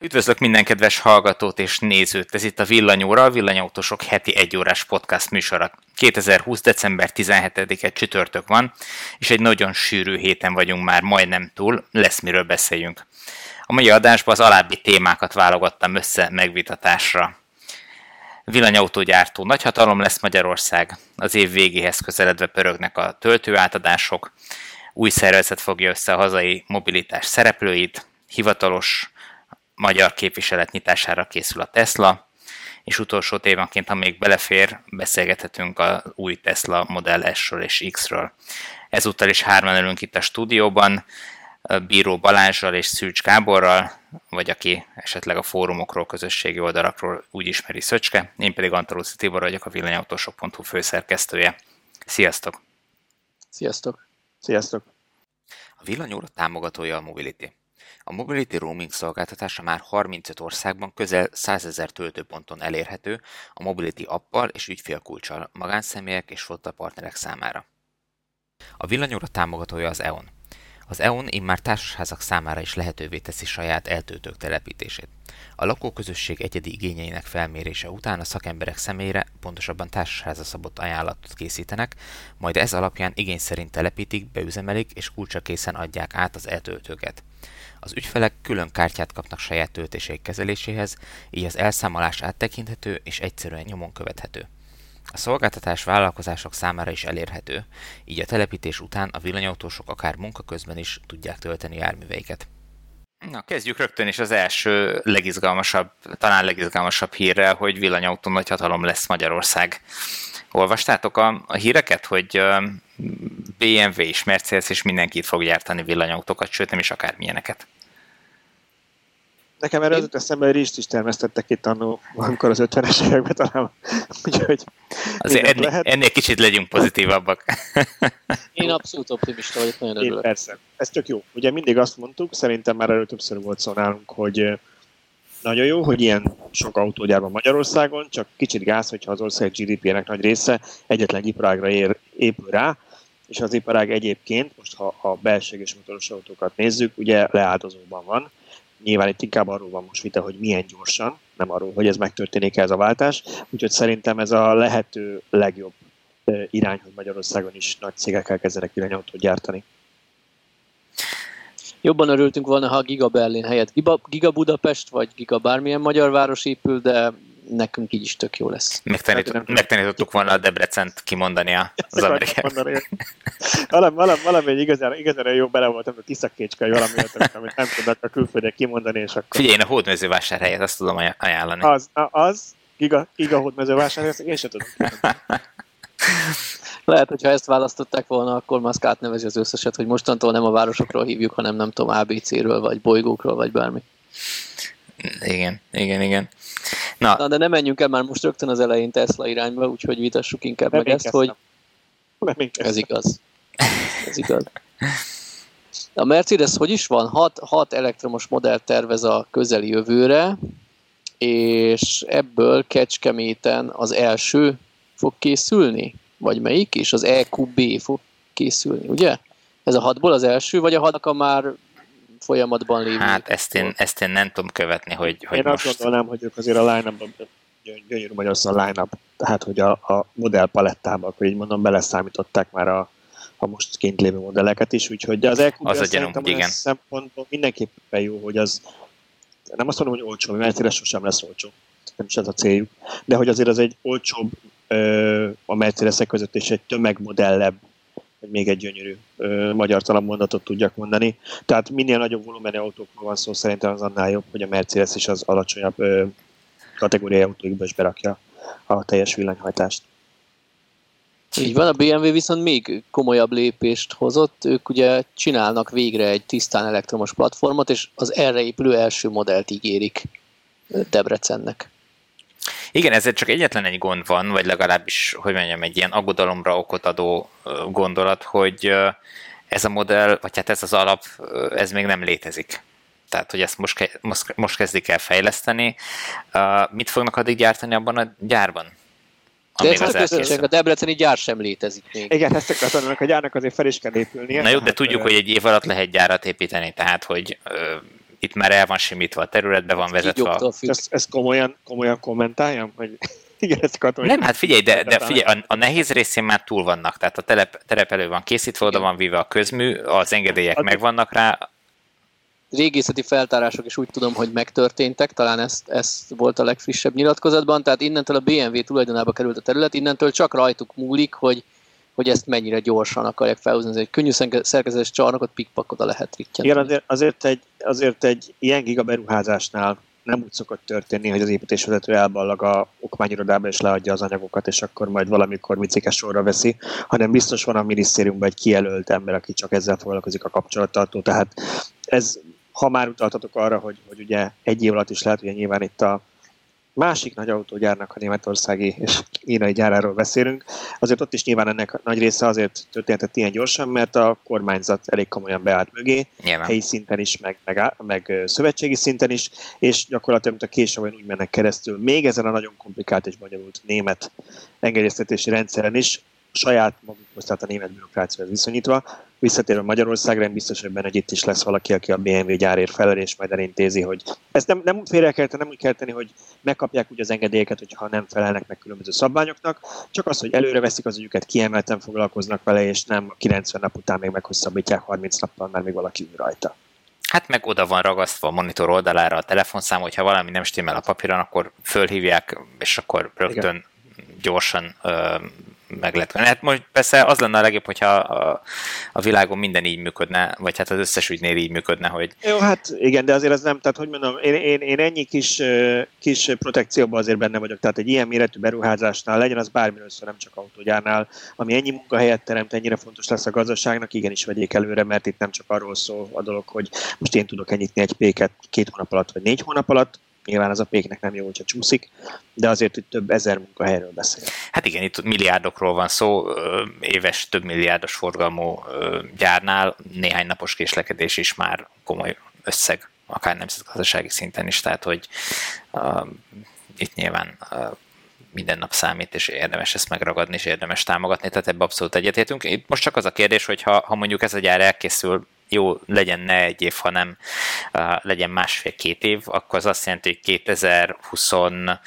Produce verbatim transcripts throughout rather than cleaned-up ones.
Üdvözlök minden kedves hallgatót és nézőt, ez itt a Villanyóra, a Villanyautósok heti egyórás podcast műsora. kétezer-húsz. december tizenhetedike csütörtök van, és egy nagyon sűrű héten vagyunk már majdnem túl, lesz miről beszéljünk. A mai adásban az alábbi témákat válogattam össze megvitatásra. Villanyautógyártó nagyhatalom lesz Magyarország, az év végéhez közeledve pörögnek a töltőátadások, új szervezet fogja össze a hazai mobilitás szereplőit, hivatalos magyar képviselet nyitására készül a Tesla, és utolsó témaként, ha még belefér, beszélgethetünk az új Tesla Model S-ről és X-ről. Ezúttal is hárman ülünk itt a stúdióban, Bíró Balázsral és Szűcs Gáborral, vagy aki esetleg a fórumokról, közösségi oldalakról úgy ismeri Szöcske, én pedig Antalucci Tibor vagyok, a villanyautósok pont hu főszerkesztője. Sziasztok! Sziasztok! Sziasztok! A Villanyóra támogatója a Mobility. A Mobility roaming szolgáltatása már harmincöt országban közel százezer töltőponton elérhető a Mobility appal és ügyfélkulccsal magánszemélyek és flottapartnerek számára. A Villanyóra támogatója az é o en. Az é o en immár társasházak számára is lehetővé teszi saját eltöltők telepítését. A lakóközösség egyedi igényeinek felmérése után a szakemberek személyre, pontosabban társasházra szabott ajánlatot készítenek, majd ez alapján igény szerint telepítik, beüzemelik és kulcsa készen adják át az eltöltőket. Az ügyfelek külön kártyát kapnak saját töltéseik kezeléséhez, így az elszámolás áttekinthető és egyszerűen nyomon követhető. A szolgáltatás vállalkozások számára is elérhető, így a telepítés után a villanyautósok akár munka közben is tudják tölteni járműveiket. Na, kezdjük rögtön is az első legizgalmasabb, talán legizgalmasabb hírrel, hogy villanyautó nagyhatalom lesz Magyarország. Olvastátok a, a híreket, hogy bé em vé és Mercedes és mindenki itt fog gyártani villanyautókat, sőt nem is akármilyeneket? Nekem erre az eszembe, hogy rizst is termesztettek itt annó, amikor az ötvenes években talán. Úgyhogy azért ennél, lehet. ennél kicsit legyünk pozitívabbak. Én abszolút optimista vagyok, nagyon örülök. Persze, ez tök jó. Ugye mindig azt mondtuk, szerintem már erről többször volt szó nálunk, hogy nagyon jó, hogy ilyen sok autógyár van Magyarországon, csak kicsit gáz, hogyha az ország gé dé pé-nek nagy része egyetlen iparágra ér, épül rá, és az iparág egyébként, most ha a belsőséges motoros autókat nézzük, ugye leáldozóban van. Nyilván itt inkább arról van most vita, hogy milyen gyorsan, nem arról, hogy ez megtörténik ez a váltás. Úgyhogy szerintem ez a lehető legjobb irány, hogy Magyarországon is nagy cégek elkezdenek villanyautót gyártani. Jobban örültünk volna, ha Giga Berlin helyett Giga, Giga Budapest, vagy Giga bármilyen magyar város épül, de nekünk így is tök jó lesz. Megtanít, megtanítottuk volna a Debrecent kimondani az amerikai. Valami, valami, valami igazán, igazán jó bele voltam, a Tiszakécske, valami olyat, amit nem tudnak a külföldiek kimondani, és akkor... Figyelj, én a Hódmezővásárhelyet azt tudom ajánlani. Az, az, Giga, Giga Hódmezővásárhelyet, én sem tudom kimondani. Lehet, hogyha ezt választották volna, akkor Musk átnevezi az összeset, hogy mostantól nem a városokról hívjuk, hanem nem tudom, á bé cé-ről, vagy bolygókról, vagy bármi. Igen, igen, igen. Na. Na, de nem menjünk el már most rögtön az elején Tesla irányba, úgyhogy vitassuk inkább nem meg ezt, hogy ez igaz. Ez igaz. A Mercedes hogy is van? Hat, hat elektromos modellt tervez a közeli jövőre, és ebből Kecskeméten az első fog készülni? Vagy melyik is? Az é kú bé fog készülni, ugye? Ez a hatból az első, vagy a hatnak a már folyamatban lévő? Hát ezt én, ezt én nem tudom követni, hogy, hogy én most... azt gondolnám, hogy ők azért a line-upban, gyönyörű Magyarországon a line-up, tehát hogy a, a modellpalettába, akkor így mondom, beleszámították már a, a most kint lévő modelleket is, úgyhogy az é kú bé az szerintem olyan szempontból mindenképpen jó, hogy az, nem azt mondom, hogy olcsó, mert Mercedes sosem lesz olcsó, nem is ez a céljuk, de hogy azért az egy olcsóbb ö, a Mercedesek között és egy tömegmodellebb, hogy még egy gyönyörű ö, magyar mondatot tudjak mondani. Tehát minél nagyobb volumenű autókról van szó, szerintem az annál jobb, hogy a Mercedes is az alacsonyabb ö, kategóriai autóikba is berakja a teljes villanyhajtást. Így van, a bé em vé viszont még komolyabb lépést hozott. Ők ugye csinálnak végre egy tisztán elektromos platformot, és az erre épülő első modellt ígérik Debrecennek. Igen, ezzel csak egyetlen egy gond van, vagy legalábbis, hogy mondjam, egy ilyen aggodalomra okot adó gondolat, hogy ez a modell, vagy hát ez az alap, ez még nem létezik. Tehát, hogy ezt most, ke- most, most kezdik el fejleszteni. Uh, mit fognak addig gyártani abban a gyárban? De ez a közönség, a debreceni gyár sem létezik még. Igen, ezt akartam, hogy a gyárnak azért fel is kell épülnie. Na jó, de tudjuk, hogy egy év alatt lehet gyárat építeni, tehát, hogy uh, itt már el van simítva a terület, be van vezetve a... Ezt, ezt komolyan, komolyan kommentáljam, hogy igen, ezt katonai... Nem, hát figyelj, de, de figyelj, a, a nehéz részén már túl vannak, tehát a telep, telep elő van készítve, oda van víve a közmű, az engedélyek megvannak rá. Régészeti feltárások is úgy tudom, hogy megtörténtek, talán ez, ez volt a legfrissebb nyilatkozatban, tehát innentől a bé em vé tulajdonába került a terület, innentől csak rajtuk múlik, hogy, hogy ezt mennyire gyorsan akarják felhozni. Ez egy könnyű szerkezetes csarnokot pikpakoda lehet rittyenteni. Igen, azért, azért, egy, azért egy ilyen gigaberuházásnál nem úgy szokott történni, hogy az építésvezető elballag a okmányirodába és leadja az anyagokat, és akkor majd valamikor micikes sorra veszi, hanem biztos van a minisztériumban egy kijelölt ember, aki csak ezzel foglalkozik, a kapcsolattartó. Tehát ez, ha már utaltatok arra, hogy, hogy ugye egy év alatt is lehet, ugye nyilván itt a másik nagy autógyárnak, a németországi és kínai gyáráról beszélünk, azért ott is nyilván ennek nagy része azért történhetett ilyen gyorsan, mert a kormányzat elég komolyan beállt mögé, nyilván. Helyi szinten is, meg, meg, meg szövetségi szinten is, és gyakorlatilag a később úgy mennek keresztül, még ezen a nagyon komplikált és bonyolult német engedélyeztetési rendszeren is, saját magukhoz, tehát a német bürokráciához viszonyítva. Visszatérve Magyarországra, én biztos, hogy benne, hogy itt is lesz valaki, aki a bé em vé gyárért felel, és majd elintézi, hogy ezt nem, nem félre kell tenni, nem úgy kell tenni, hogy megkapják úgy az engedélyeket, hogyha nem felelnek meg különböző szabványoknak, csak az, hogy előre veszik az ügyüket, kiemelten foglalkoznak vele, és nem kilencven nap után még meghosszabbítják harminc nappal, mert még valaki ül rajta. Hát meg oda van ragasztva a monitor oldalára a telefonszám, hogyha valami nem stimmel a papíron, akkor fölhívják, és akkor rögtön igen. gyorsan ö, meg lehet venni. Hát most persze az lenne a legjobb, hogyha a, a világon minden így működne, vagy hát az összes ügynél így működne, hogy... Jó, hát igen, de azért ez nem, tehát hogy mondom, én, én, én ennyi kis, kis protekcióban azért benne vagyok, tehát egy ilyen méretű beruházásnál, legyen az bármiről szó, nem csak autógyárnál, ami ennyi munkahelyet teremt, ennyire fontos lesz a gazdaságnak, igenis vegyék előre, mert itt nem csak arról szól a dolog, hogy most én tudok ennyitni egy péket két hónap alatt, vagy négy hónap alatt, nyilván az a péknek nem jó, hogyha csúszik, de azért itt több ezer munkahelyről beszél. Hát igen, itt milliárdokról van szó, éves több milliárdos forgalmú gyárnál, néhány napos késlekedés is már komoly összeg, akár nemzetgazdasági szinten is, tehát hogy uh, itt nyilván uh, minden nap számít, és érdemes ezt megragadni, és érdemes támogatni, tehát ebbe abszolút egyetértünk. Itt most csak az a kérdés, hogy ha, ha mondjuk ez a gyár elkészül, jó, legyen ne egy év, hanem uh, legyen másfél-két év, akkor az azt jelenti, hogy kétezer-huszonhárom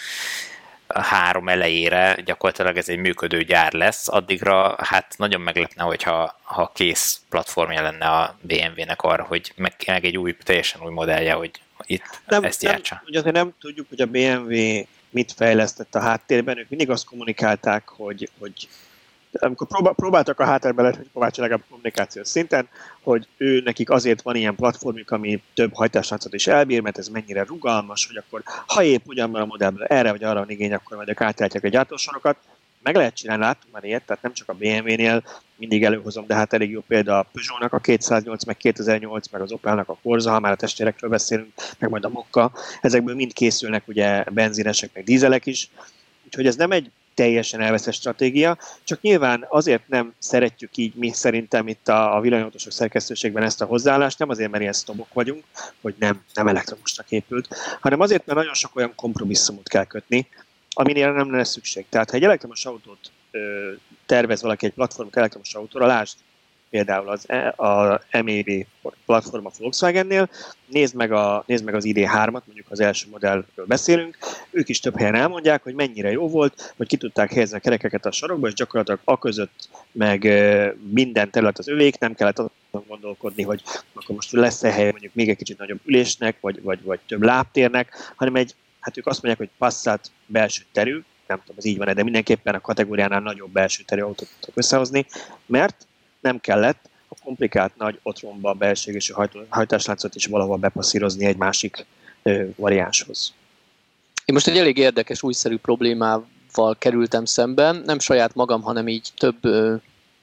elejére gyakorlatilag ez egy működő gyár lesz. Addigra hát nagyon meglepne, hogyha ha kész platformja lenne a bé em vé-nek arra, hogy meg, meg egy új, teljesen új modellje, hogy itt nem, ezt nem, játsa. Ugye azért nem tudjuk, hogy a bé em vé mit fejlesztett a háttérben, ők mindig azt kommunikálták, hogy, hogy amikor próbál, próbáltak a háttérben lenni, hogy Kovács legalább kommunikációs szinten, hogy ő nekik azért van ilyen platformjuk, ami több hajtásláncot is elbír, mert ez mennyire rugalmas, hogy akkor ha épp ugyanban a modellben erre vagy arra van igény, akkor majd átállítják a gyártósorokat. Meg lehet csinálni, láttuk már ilyet, tehát nem csak a bé em vé-nél mindig előhozom, de hát elég jó példa a Peugeot-nak a kétszáznyolc, meg kétezer-nyolc, meg az Opelnak a Corsa, ha már a testvérekről beszélünk, meg majd a Mokka. Ezekből mind készülnek ugye benzinesek, meg dízelek is. Úgyhogy ez nem egy teljesen elveszett stratégia, csak nyilván azért nem szeretjük így mi szerintem itt a, a villanyautósok szerkesztőségben ezt a hozzáállást, nem azért, mert ilyen sztobok vagyunk, hogy nem, nem elektromosnak épült, hanem azért, mert nagyon sok olyan kompromisszumot kell kötni, aminél nem lesz szükség. Tehát ha egy elektromos autót ö, tervez valaki egy platformot elektromos autóra, lásd például az a em é bé platform a Volkswagennél, nézd meg, a, nézd meg az i dé hármat, mondjuk az első modellről beszélünk, ők is több helyen elmondják, hogy mennyire jó volt, hogy ki tudták helyezni a kerekeket a sarokba, és gyakorlatilag aközött meg minden terület az övék, nem kellett azon gondolkodni, hogy akkor most lesz-e hely mondjuk még egy kicsit nagyobb ülésnek, vagy, vagy, vagy több lábtérnek, hanem egy, hát ők azt mondják, hogy Passat belső terű, nem tudom, ez így van, de mindenképpen a kategóriánál nagyobb belső terű autót tudtak összehozni, mert nem kellett a komplikált nagy otromba belségésű hajtásláncot is valahol bepasszírozni egy másik ö, variánshoz. Én most egy elég érdekes, újszerű problémával kerültem szemben, nem saját magam, hanem így több ö,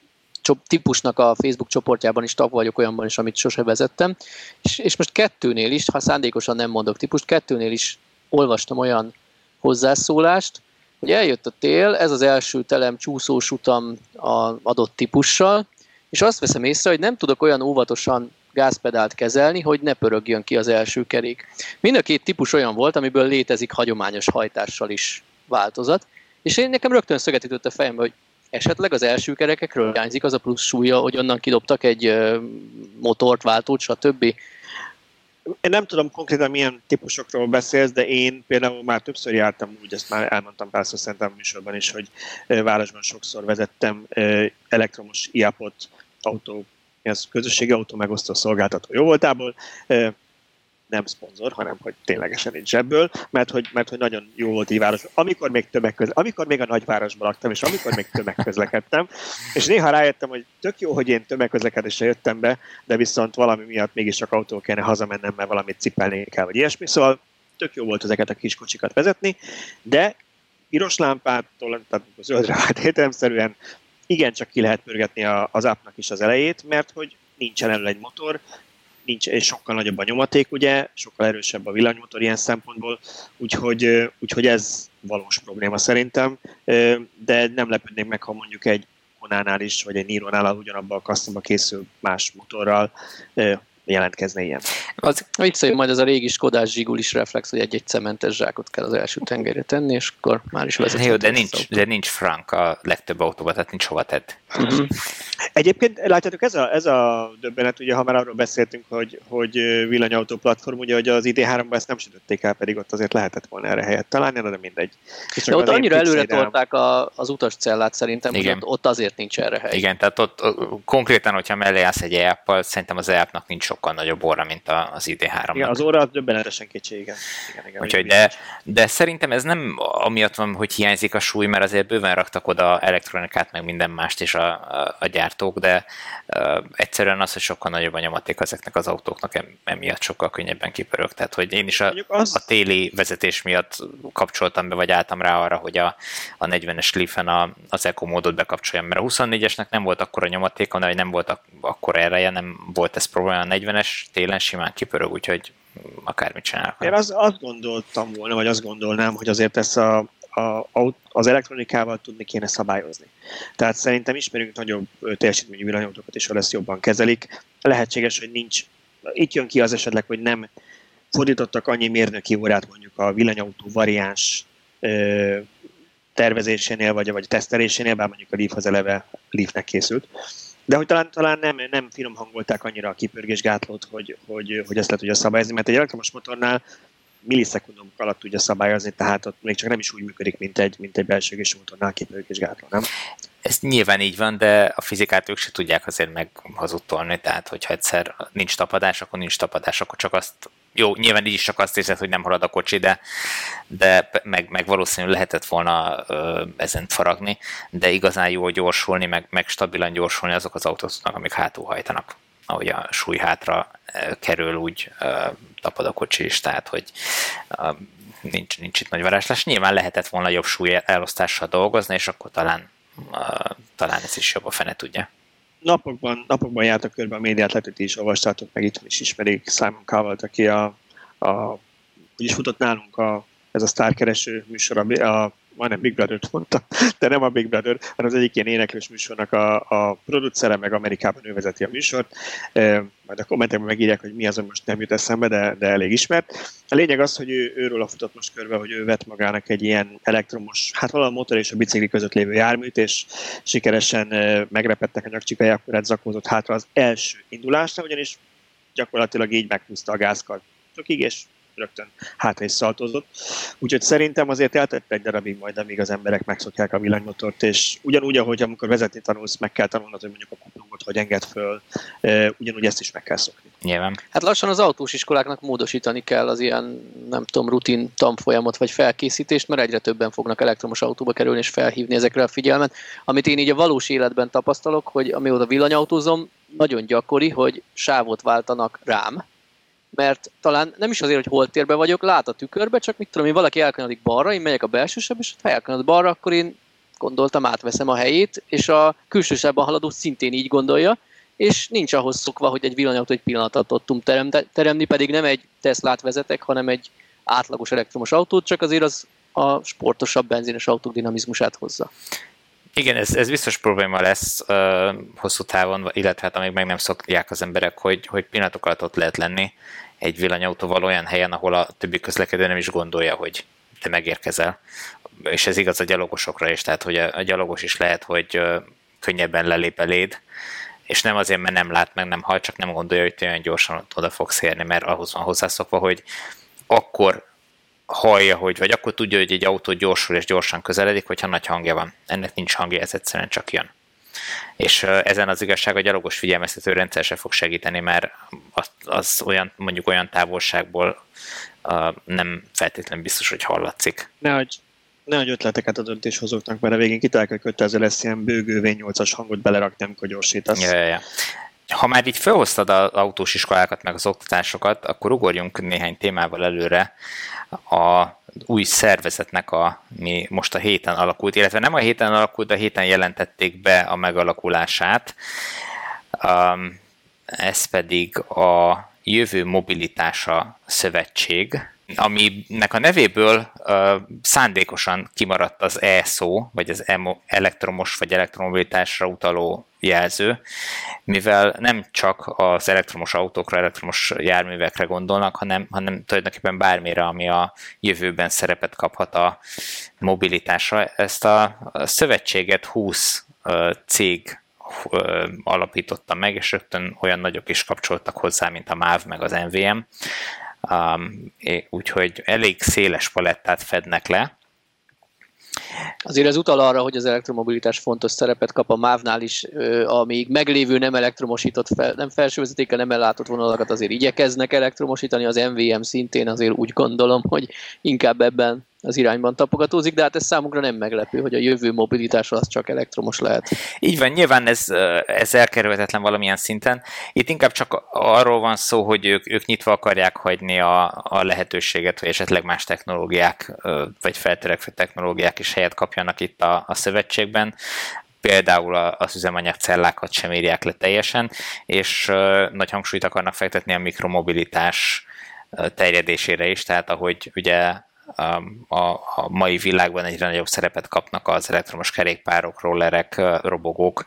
típusnak a Facebook csoportjában is tag vagyok, olyanban is, amit sose vezettem, és, és most kettőnél is, ha szándékosan nem mondok típust, kettőnél is olvastam olyan hozzászólást, hogy eljött a tél, ez az első telem csúszós utam az adott típussal, és azt veszem észre, hogy nem tudok olyan óvatosan gázpedált kezelni, hogy ne pörögjön ki az első kerék. Mind a két típus olyan volt, amiből létezik hagyományos hajtással is változat, és én nekem rögtön szöget ütött a fejembe, hogy esetleg az első kerekekről hiányzik az a plusz súlya, hogy onnan kidobtak egy motort, váltót, stb. én nem tudom konkrétan milyen típusokról beszélsz, de én például már többször jártam, úgy ezt már elmondtam párszor szerintem a műsorban is, hogy városban sokszor vezettem elektromos iapot autó, ez közösségi autó megosztó szolgáltató jó voltából, nem szponzor, hanem hogy ténylegesen egy zsebből, mert hogy, mert hogy nagyon jó volt így városban. Amikor még tömegközle, amikor még a nagyvárosban laktam, és amikor még tömegközlekedtem, és néha rájöttem, hogy tök jó, hogy én tömegközlekedésre jöttem be, de viszont valami miatt mégis csak autó kéne hazamennem, mert valamit cipelni kell, vagy ilyesmi. Szóval tök jó volt ezeket a kis kocsikat vezetni, de piros lámpától, tehát zöldre vált értelemszerűen igencsak ki lehet pörgetni a, az appnak is az elejét, mert hogy nincsen elő egy motor, nincs, és sokkal nagyobb a nyomaték, ugye, sokkal erősebb a villanymotor ilyen szempontból, úgyhogy, úgyhogy ez valós probléma szerintem, de nem lepődnék meg, ha mondjuk egy Honánál is, vagy egy Nironál ugyanabban a kasztomba készül más motorral jelentkezne ilyen. Az, visszajön majd az a régi Skodás Zsigulis reflex, hogy egy-egy cementes zsákot kell az első tengerre tenni, és akkor már is vezethető. Jó, de nincs, de nincs frank a legtöbb autóban, tehát nincs hova tedd. Uh-huh. Egyébként látjátok, ez a, ez a döbbenet, ugye ha már arról beszéltünk, hogy, hogy villanyautó platform, ugye hogy az i dé háromban ezt nem sütötték el, pedig ott azért lehetett volna erre helyet találni, de mindegy. De ott annyira előre tolták a, az utascellát szerintem, igen. hogy ott, ott azért nincs erre hely. Igen, tehát ott konkrétan, hogyha mellé állsz egy e app-al, szerintem az e appnak nincs sokkal nagyobb óra, mint az i dé háromnak. Igen, az óra az döbbenetesen kicsi, igen. igen, igen Úgyhogy de, de szerintem ez nem amiatt van, hogy hiányzik a súly, mert azért bőven raktak oda elektronikát, meg minden mást is a, a, a gyártók, de uh, egyszerűen az, hogy sokkal nagyobb a nyomaték ezeknek az autóknak, emiatt sokkal könnyebben kipörög. Tehát, hogy én is a, az... a téli vezetés miatt kapcsoltam be, vagy álltam rá arra, hogy a, a negyvenes Leaf-en a, az Eco módot bekapcsoljam, mert a huszonnégyesnek nem volt akkora nyomaték, hanem nem volt akkora ereje, nem volt ez probléma, a negyvenes télen simán kipörög, úgyhogy akármit csinálok. Én az, azt gondoltam volna, vagy azt gondolnám, hogy azért ezt a, a, az elektronikával tudni kéne szabályozni. Tehát szerintem ismerünk nagyobb teljesítményű villanyautókat is, ahol ezt jobban kezelik. Lehetséges, hogy nincs. Itt jön ki az esetleg, hogy nem fordítottak annyi mérnöki órát mondjuk a villanyautó variáns ö, tervezésénél, vagy, vagy tesztelésénél, bár mondjuk a Leaf az eleve Leafnek készült. De hogy talán, talán nem, nem finom hangolták annyira a kipörgésgátlót, hogy, hogy, hogy ezt le tudja szabályozni, mert egy elektromos motornál millisekundumok alatt tudja szabályozni, tehát ott még csak nem is úgy működik, mint egy, mint egy belsőgésű motornál kipörgésgátló, nem? Ez nyilván így van, de a fizikát ők se tudják azért meghazudtolni, tehát hogyha egyszer nincs tapadás, akkor nincs tapadás, akkor csak azt, jó, nyilván így is csak azt érzed, hogy nem halad a kocsi, de, de meg, meg valószínűleg lehetett volna ö, ezen faragni, de igazán jól gyorsulni, meg, meg stabilan gyorsulni azok az autók tudnak, amik hátul hajtanak, ahogy a súly hátra ö, kerül, úgy ö, tapad a kocsi is, tehát hogy ö, nincs, nincs itt nagy varázslás. Nyilván lehetett volna jobb súly elosztással dolgozni, és akkor talán Uh, talán ez is jobb, a fene tudja. Napokban, napokban jártak körbe a médiát, lehet, hogy ti is olvastátok, meg itt is ismerik Simon Cowell-t, aki a, a úgyis futott nálunk a, ez a sztárkereső műsor, a, a majdnem Big Brother-t mondtam, de nem a Big Brother, hanem az egyik ilyen éneklős műsornak a, a producere, meg Amerikában ő vezeti a műsort. E, majd a kommentekben megírják, hogy mi az, ami most nem jut eszembe, de, de elég ismert. A lényeg az, hogy ő, őről a futott most körbe, hogy ő vett magának egy ilyen elektromos, hát valami motor és a bicikli között lévő járműt, és sikeresen megrepettek a nyakcsikáják, akkor zakózott hátra az első indulásra, ugyanis gyakorlatilag így meghúzta a gázkartokig, és rögtön hátra is szaltozott. Úgyhogy szerintem azért eltett egy darabig majd, amíg az emberek megszokják a villanymotort, és ugyanúgy, ahogy amikor vezetni tanulsz, meg kell tanulnod, hogy mondjuk a kuplungot hogy enged föl, ugyanúgy ezt is meg kell szokni. Nyilván. Hát lassan az autós iskoláknak módosítani kell az ilyen, nem tudom, rutin tanfolyamot vagy felkészítést, mert egyre többen fognak elektromos autóba kerülni és felhívni ezekre a figyelmet. Amit én így a valós életben tapasztalok, hogy amióta villanyautózom, nagyon gyakori, hogy sávot váltanak rám, mert talán nem is azért, hogy hol térbe vagyok, lát a tükörbe, csak mit tudom én, valaki elkanyarodik balra, én megyek a belsősebb, és ha elkanyarod balra, akkor én gondoltam, átveszem a helyét, és a külsősebben haladó szintén így gondolja, és nincs ahhoz szokva, hogy egy villanyautó egy pillanatot tudtunk teremni, pedig nem egy Teslát vezetek, hanem egy átlagos elektromos autót, csak azért az a sportosabb benzines autók dinamizmusát hozza. Igen, ez, ez biztos probléma lesz uh, hosszú távon, illetve hát amíg meg nem szokják az emberek, hogy, hogy pillanatok alatt ott lehet lenni egy villanyautóval olyan helyen, ahol a többi közlekedő nem is gondolja, hogy te megérkezel. És ez igaz a gyalogosokra is, tehát hogy a, a gyalogos is lehet, hogy uh, könnyebben lelép eléd, és nem azért, mert nem lát, meg nem hall, csak nem gondolja, hogy olyan gyorsan oda fogsz érni, mert ahhoz van hozzászokva, hogy akkor hallja, hogy, vagy akkor tudja, hogy egy autó gyorsul és gyorsan közeledik, hogyha nagy hangja van. Ennek nincs hangja, ez egyszerűen csak jön. És ezen az igazság a gyalogos figyelmeztető rendszer se fog segíteni, mert az, az olyan, mondjuk olyan távolságból uh, nem feltétlenül biztos, hogy hallatszik. Nehogy, nehogy ötleteket a döntéshozóknak, mert a végén kitalálják, hogy kötelező lesz ilyen bőgő vé nyolcas hangot belerakni, amikor gyorsítasz. Ja, ja, ja. Ha már így felhoztad az autós iskolákat, meg az oktatásokat, akkor ugorjunk néhány témával előre a új szervezetnek, a, mi most a héten alakult, illetve nem a héten alakult, de a héten jelentették be a megalakulását. Um, ez pedig a Jövő Mobilitása Szövetség, aminek a nevéből uh, szándékosan kimaradt az E szó, vagy az elektromos vagy elektromobilitásra utaló jelző, mivel nem csak az elektromos autókra, elektromos járművekre gondolnak, hanem, hanem tulajdonképpen bármire, ami a jövőben szerepet kaphat a mobilitásra. Ezt a, a szövetséget húsz uh, cég uh, alapította meg, és rögtön olyan nagyok is kapcsoltak hozzá, mint a MÁV meg az em vé em. Um, úgyhogy elég széles palettát fednek le. Azért ez utal arra, hogy az elektromobilitás fontos szerepet kap a MÁV-nál is, amíg meglévő nem elektromosított, fel, nem felsővezetékkel nem ellátott vonalakat azért igyekeznek elektromosítani, az em vé em szintén azért úgy gondolom, hogy inkább ebben az irányban tapogatózik, de hát ez számukra nem meglepő, hogy a jövő mobilitása az csak elektromos lehet. Így van, nyilván ez, ez elkerülhetetlen valamilyen szinten. Itt inkább csak arról van szó, hogy ők, ők nyitva akarják hagyni a, a lehetőséget, hogy esetleg más technológiák, vagy feltörekvő technológiák is helyet kapjanak itt a, a szövetségben. Például az üzemanyagcellákat sem írják le teljesen, és nagy hangsúlyt akarnak fektetni a mikromobilitás terjedésére is, tehát ahogy ugye A, a mai világban egyre nagyobb szerepet kapnak az elektromos kerékpárok, rollerek, robogók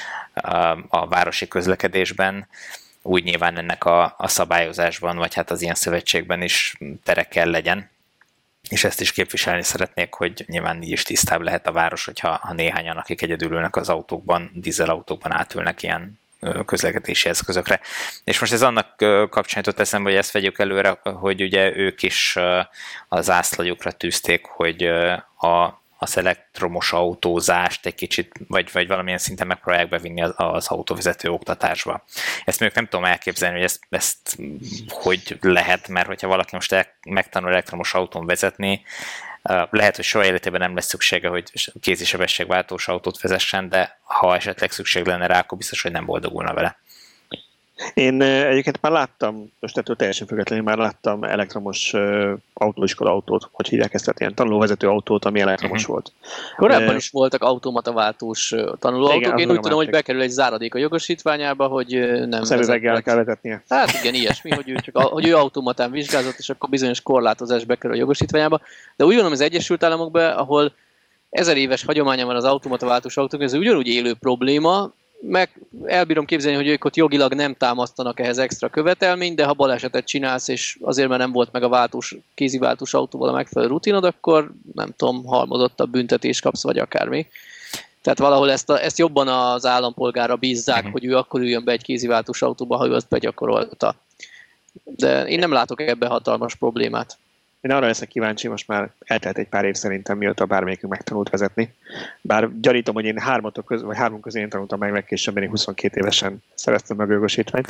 a városi közlekedésben, úgy nyilván ennek a, a szabályozásban, vagy hát az ilyen szövetségben is tere kell legyen. És ezt is képviselni szeretnék, hogy nyilván így is tisztább lehet a város, hogyha ha néhányan, akik egyedül ülnek az autókban, dízelautókban átülnek ilyen közlekedési eszközökre. És most ez annak kapcsán jutott eszembe, hogy ezt vegyük előre, hogy ugye ők is a zászlajukra tűzték, hogy a, az elektromos autózást egy kicsit, vagy, vagy valamilyen szinten megpróbálják bevinni az, az autóvezető oktatásba. Ezt még nem tudom elképzelni, hogy ezt, ezt hogy lehet, mert hogyha valaki most el, megtanul elektromos autón vezetni, lehet, hogy soha életében nem lesz szüksége, hogy kézi sebességváltós autót vezessen, de ha esetleg szükség lenne rá, akkor biztos, hogy nem boldogulna vele. Én egyébként már láttam, most ettől teljesen függetlenül már láttam elektromos uh, autóiskola autót, hogy hívják ezt, tehát ilyen tanulóvezető autót, ami elektromos uh-huh. volt. Korábban uh, is voltak automataváltós tanulóautók, én úgy tudom, hogy bekerül egy záradék a jogosítványába, hogy nem szemüveggel kell vezetnie. Hát igen, ilyesmi, hogy ő, csak, hogy ő automatán vizsgázott, és akkor bizonyos korlátozás bekerül a jogosítványába. De úgy gondolom, az Egyesült Államokban, ahol ezer éves hagyománya van az automataváltós autók, ez ugyanúgy élő probléma, meg elbírom képzelni, hogy ők ott jogilag nem támasztanak ehhez extra követelményt, de ha balesetet csinálsz, és azért, mert nem volt meg a váltós, kézi váltós autóval a megfelelő rutinod, akkor nem tudom, halmozottabb büntetést kapsz, vagy akármi. Tehát valahol ezt, a, ezt jobban az állampolgára bízzák, uh-huh. hogy ő akkor üljön be egy kézi váltós autóba, ha ő azt begyakorolta. De én nem látok ebben hatalmas problémát. Én arra leszek kíváncsi, most már eltelt egy pár év szerintem, mióta bármelyikünk megtanult vezetni. Bár gyanítom, hogy én hármatok közül, vagy hármunk közé én tanultam meg legkésőbb, én huszonkét évesen szereztem meg a jogosítványt.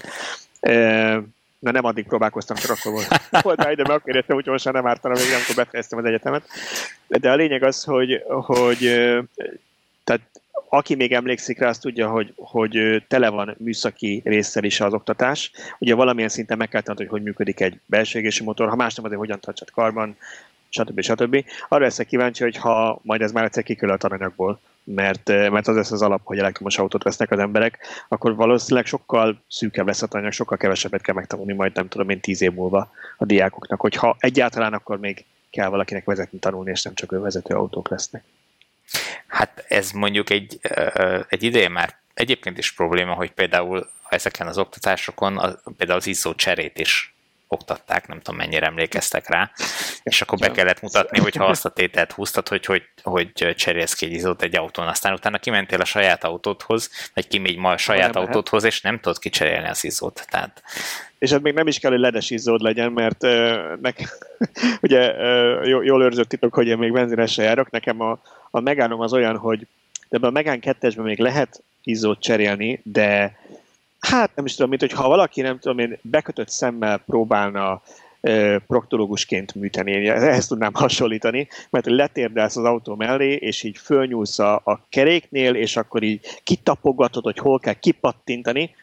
Na nem addig próbálkoztam, csak akkor volt, volt rá ide, mert akkor értem, hogy most nem ártana végre, amikor befejeztem az egyetemet. De a lényeg az, hogy, hogy tehát aki még emlékszik rá, azt tudja, hogy, hogy tele van műszaki résszel is az oktatás. Ugye valamilyen szinten meg kell tanulni, hogy hogy működik egy belső égési motor, ha más nem azért, hogyan tartsad karban, stb. stb. Arra leszek kíváncsi, hogy ha majd ez már egyszer kikülő a tananyagból, mert, mert az lesz az alap, hogy elektromos autót vesznek az emberek, akkor valószínűleg sokkal szűkebb lesz a tananyag, sokkal kevesebbet kell megtanulni majd, nem tudom én, tíz év múlva a diákoknak, hogy ha egyáltalán akkor még kell valakinek vezetni, tanulni, és nem csak ő vezető autók lesznek. Hát ez mondjuk egy, egy ideje már egyébként is probléma, hogy például ezeken az oktatásokon a, például az izzó cserét is oktatták, nem tudom mennyire emlékeztek rá, és akkor be kellett mutatni, hogyha azt a tételt húztad, hogy, hogy, hogy cserélsz ki egy izzót egy autón, aztán utána kimentél a saját autódhoz, vagy kimegy ma a saját nem autódhoz, lehet. És nem tudod kicserélni az izzót. Tehát... És ez még nem is kell, hogy ledes izzód legyen, mert uh, nekem, ugye uh, jól őrzött titok, hogy én még benzinesre járok, nekem a, a Megánom az olyan, hogy de a Megán kettesben még lehet izzót cserélni, de hát nem is tudom, mint hogy ha valaki nem tudom én bekötött szemmel próbálna e, proktológusként műteni, én ehhez tudnám hasonlítani, mert letérdelsz az autó mellé, és így fölnyúlsz a, a keréknél, és akkor így kitapogatod, hogy hol kell kipattintani.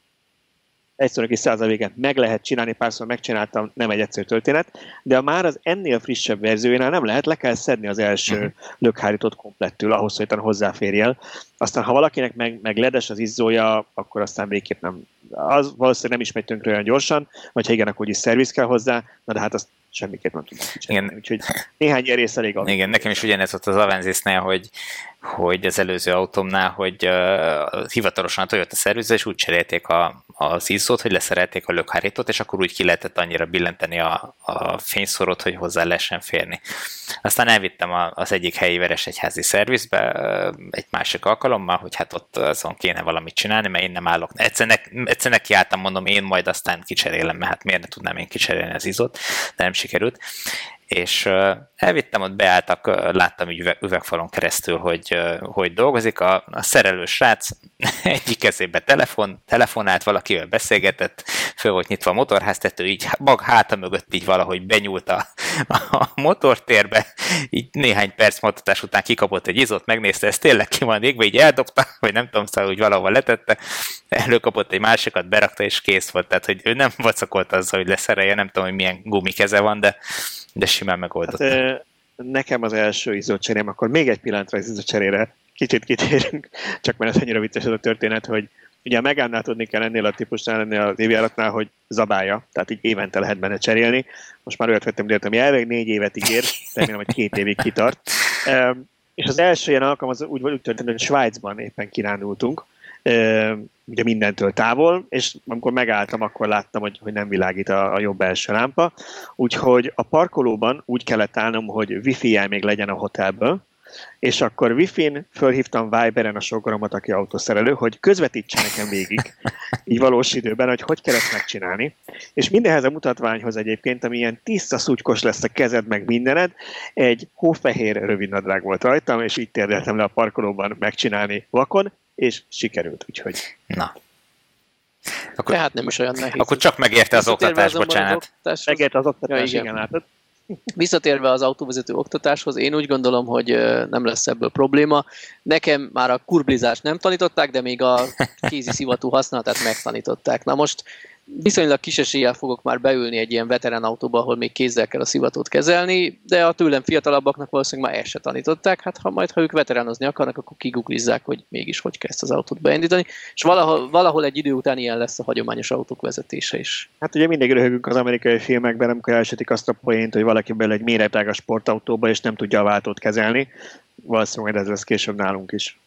Egyszerűen kis százalékát meg lehet csinálni, párszor megcsináltam, nem egy egyszerű történet, de már az ennél frissebb verziójánál nem lehet, le kell szedni az első uh-huh. lökhárítót komplettül, ahhoz, hogy hozzáférjél. Aztán, ha valakinek meg, meg ledes az izzója, akkor aztán végképp nem, az valószínűleg nem is megy tönkre olyan gyorsan, vagy ha igen, akkor is szerviz kell hozzá, na de hát azt semmiképp nem tudnak csinálni. Úgyhogy néhány ilyen rész elég alapos. Igen, nekem is ugyanez volt az Avenzisnél, hogy, hogy az előző autómnál, hogy uh, hivatalosan a Toyota szervizbe, és úgy cserélték a, az izzót, hogy leszerelték a lökhárítót, és akkor úgy ki lehetett annyira billenteni a, a fényszórót, hogy hozzá lehessen férni. Aztán elvittem a, az egyik helyi Veresegyházi szervizbe uh, egy másik alkalommal, hogy hát ott azon kéne valamit csinálni, mert én nem állok. Egyszer, ne, egyszer nekiálltam, mondom, én majd aztán kicserélem, mert hát miért ne tudnám én kicserélni az izzót, de nem sikerült. És uh, elvittem, ott beálltak, uh, láttam így üveg, üvegfalon keresztül, hogy, uh, hogy dolgozik. A, a szerelő srác egyik kezébe telefon, telefonált, valakivel beszélgetett, föl volt nyitva a motorháztető, így mag háta mögött így valahogy benyúlt a, a motortérbe, így néhány perc mutatás után kikapott egy izzót, megnézte, ez tényleg ki van égve, így eldobta, vagy nem tudom, szóval úgy valahol letette, előkapott egy másikat, berakta, és kész volt. Tehát, hogy ő nem vacakolt azzal, hogy leszerelje, nem tudom, hogy milyen gumikeze van, de de simán megoldott. Hát, nekem az első izzócserém, akkor még egy pillanatra az izzócserére kicsit kitérünk, csak mert ez annyira vicces ez a történet, hogy ugye a Megánnál tudni kell ennél a típusnál, ennél az évjáratnál, hogy zabálja, tehát így évente lehet benne cserélni. Most már olyat vettem, hogy ami elvég négy évet ígér, remélem, hogy két évig kitart. És az első ilyen alkalom az úgy, úgy történt, hogy Svájcban éppen kirándultunk, ugye mindentől távol, és amikor megálltam, akkor láttam, hogy, hogy nem világít a, a jobb első lámpa, úgyhogy a parkolóban úgy kellett állnom, hogy wifi-jel még legyen a hotelből, és akkor Wi-Fi-n fölhívtam Viberen a sógoromat, aki autószerelő, hogy közvetítse nekem végig, így valós időben, hogy hogy kell ezt megcsinálni. És mindenhez a mutatványhoz egyébként, ami ilyen tiszta szutykos lesz a kezed, meg mindened, egy hófehér rövidnadrág volt rajtam, és így térdeltem le a parkolóban megcsinálni vakon, és sikerült, úgyhogy... Na. Akkor, Tehát nem is olyan nehéz. Akkor csak megérte az oktatás, bocsánat. Az megérte az oktatás, ja, igen, igen, látod. Visszatérve az autóvezető oktatáshoz, én úgy gondolom, hogy nem lesz ebből probléma. Nekem már a kurblizást nem tanították, de még a kézi szivatú használatát megtanították. Na most viszonylag kis eséllyel fogok már beülni egy ilyen veterán autóba, ahol még kézzel kell a szivatót kezelni, de a tőlem fiatalabbaknak valószínűleg már ezt se tanították. Hát ha majd, ha ők veteránozni akarnak, akkor kiguglizzák, hogy mégis hogy kell ezt az autót beindítani. És valahol, valahol egy idő után ilyen lesz a hagyományos autók vezetése is. Hát ugye mindig röhögünk az amerikai filmekben, amikor elsütik azt a poént, hogy valaki bele egy méretdrága sportautóba, és nem tudja a váltót kezelni. Valószínűleg ez lesz később nálunk is.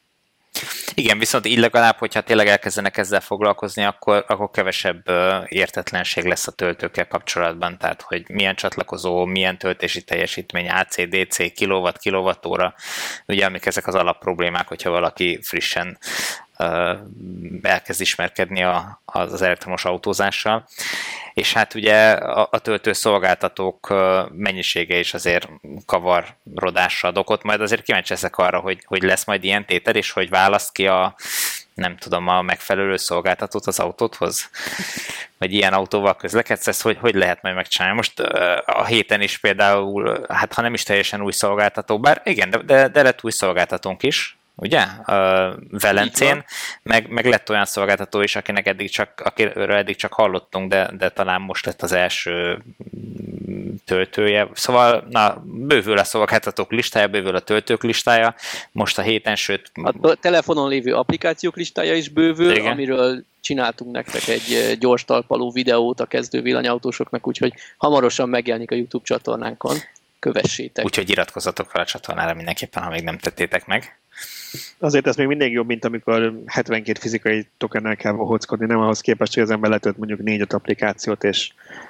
Igen, viszont így legalább, hogyha tényleg elkezdenek ezzel foglalkozni, akkor, akkor kevesebb értetlenség lesz a töltőkkel kapcsolatban, tehát hogy milyen csatlakozó, milyen töltési teljesítmény, á cé, dé cé, kilowatt, kilowattóra, ugye amik ezek az alapproblémák, hogyha valaki frissen uh, elkezd ismerkedni a, az elektromos autózással. És hát ugye a, a töltőszolgáltatók mennyisége is azért kavarodásra ad okot, majd azért kíváncsi leszek arra, hogy, hogy lesz majd ilyen tétel, és hogy választ ki a, nem tudom, a megfelelő szolgáltatót az autódhoz, vagy ilyen autóval közlekedsz, ezt hogy, hogy lehet majd megcsinálni. Most a héten is például, hát ha nem is teljesen új szolgáltató, bár igen, de, de, de lett új szolgáltatónk is, ugye? Uh, Velencén, meg, meg lett olyan szolgáltató is, akinek eddig csak, akiről eddig csak hallottunk, de, de talán most lett az első töltője. Szóval, na, bővül a szolgáltatók listája, bővül a töltők listája, most a héten, sőt... A telefonon lévő applikációk listája is bővül, igen, amiről csináltunk nektek egy gyors talpaló videót a kezdő villanyautósoknak, úgyhogy hamarosan megjelenik a YouTube csatornánkon. Kövessétek. Úgyhogy iratkozzatok fel a csatornára mindenképpen, ha még nem tettétek meg. Azért ez még mindig jobb, mint amikor hetvenkét fizikai tokennel kell bohóckodni, nem ahhoz képest, hogy az ember letölt mondjuk négy-öt applikációt, és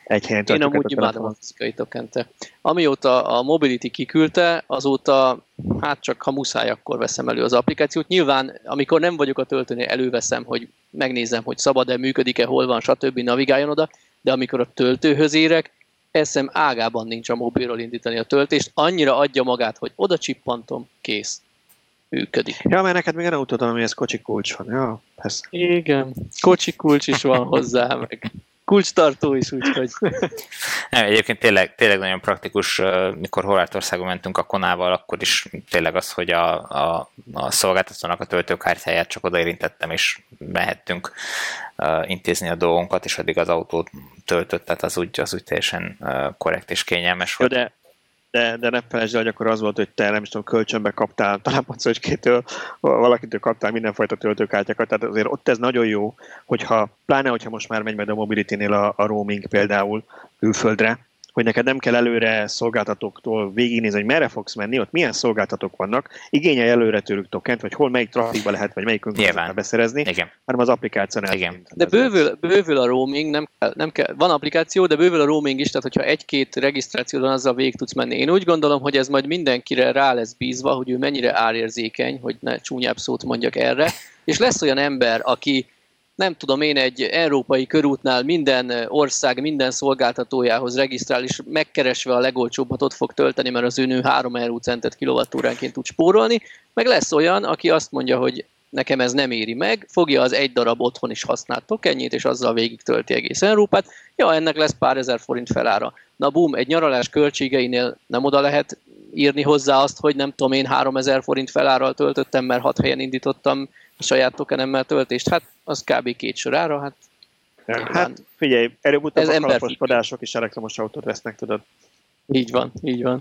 egy helyen Én amúgy imádom a fizikai tokent. Amióta a Mobility kiküldte, azóta hát csak ha muszáj, akkor veszem elő az applikációt. Nyilván, amikor nem vagyok a töltőnél, előveszem, hogy megnézem, hogy szabad-e, működik-e, hol van, stb. Navigáljon oda, de amikor a töltőhöz érek, eszem ágában nincs a mobilról indítani a töltést, annyira adja magát, hogy oda csippantom, kész. Működik. Ja, mert neked még nem tudtam, hogy ez kocsi kulcs van. Ja, persze. Igen, kocsi kulcs is van hozzá, meg kulcstartó is, úgyhogy... Nem, egyébként tényleg, tényleg nagyon praktikus, mikor Horvátországon mentünk a Konával, akkor is tényleg az, hogy a, a, a szolgáltatónak a töltőkártyáját csak odaérintettem, és mehettünk uh, intézni a dolgunkat, és addig az autót töltött, tehát az úgy, az úgy teljesen uh, korrekt és kényelmes volt. De, de, de ne felejtsd el, hogy akkor az volt, hogy te nem is tudom, kölcsönbe kaptál, talán Pacocskétől, valakitől kaptál mindenfajta töltőkártyákat, tehát azért ott ez nagyon jó, hogyha, pláne, hogyha most már megy meg a Mobility-nél a, a roaming például külföldre, hogy neked nem kell előre szolgáltatóktól végignézni, hogy merre fogsz menni, ott milyen szolgáltatók vannak, igényelj előre tőlük tokent, vagy hol melyik trafikba lehet, vagy melyik önkormányzatba beszerezni, igen. hanem az applikáción el. De bővül, bővül a roaming, nem kell, nem kell, van applikáció, de bővül a roaming is, tehát hogyha egy-két regisztráció van, azzal végig tudsz menni. Én úgy gondolom, hogy ez majd mindenkire rá lesz bízva, hogy ő mennyire árérzékeny, hogy ne csúnyább szót mondjak erre, és lesz olyan ember, aki nem tudom én, egy európai körútnál minden ország, minden szolgáltatójához regisztrál, és megkeresve a legolcsóbbat ott fog tölteni, mert az ő nő három eurócentet kilovattóránként tud spórolni, meg lesz olyan, aki azt mondja, hogy nekem ez nem éri meg, fogja az egy darab otthon is használt tokenjét, és azzal végig tölti egész Európát. Ja, ennek lesz pár ezer forint felára. Na bum, egy nyaralás költségeinél nem oda lehet írni hozzá azt, hogy nem tudom én háromezer forint felárral töltöttem, mert hat helyen indítottam a saját tokenemmel töltést. Hát az kb. Két sorára, hát... Ja, hát figyelj, előbb-utóbb a kalaposkodások is elektromos autót vesznek, tudod. Így van, így van.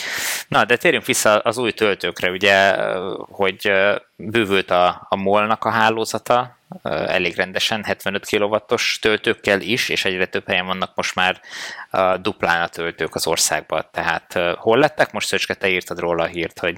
Na, de térjünk vissza az új töltőkre, ugye, hogy bővült a, a MOL-nak a hálózata, elég rendesen, hetvenöt kilowattos töltőkkel is, és egyre több helyen vannak most már duplán a töltők az országban. Tehát hol lettek? Most Szöcske, te írtad róla a hírt, hogy...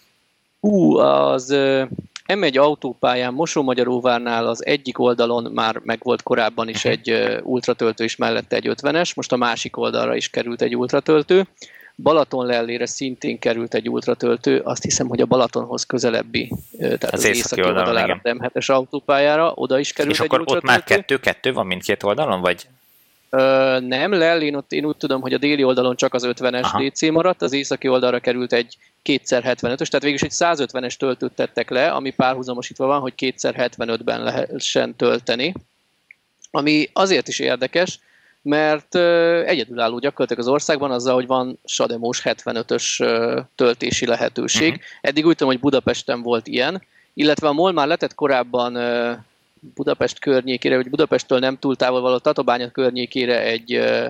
Ú, az em egy autópályán Mosonmagyaróvárnál az egyik oldalon már megvolt korábban is egy ultratöltő, és mellette egy ötvenes, most a másik oldalra is került egy ultratöltő. Balatonlellére szintén került egy ultratöltő, azt hiszem, hogy a Balatonhoz közelebbi, tehát az, az északi oldalára, az em hetes autópályára, oda is került és egy ultratöltő. És akkor ott már kettő-kettő van mindkét oldalon, vagy? Ö, nem, Lell, én, ott, én úgy tudom, hogy a déli oldalon csak az ötvenes Aha. dé cé maradt, az északi oldalra került egy kétszer hetvenötös, tehát végülis egy százötvenes töltőt tettek le, ami párhuzamosítva van, hogy kétszer hetvenötben lehessen tölteni, ami azért is érdekes, mert uh, egyedülálló gyakorlatilag az országban azzal, hogy van sademós hetvenötös uh, töltési lehetőség. Uh-huh. Eddig úgy tudom, hogy Budapesten volt ilyen, illetve a MOL már letett korábban uh, Budapest környékére, vagy Budapesttől nem túl távol való Tatabánya környékére egy uh,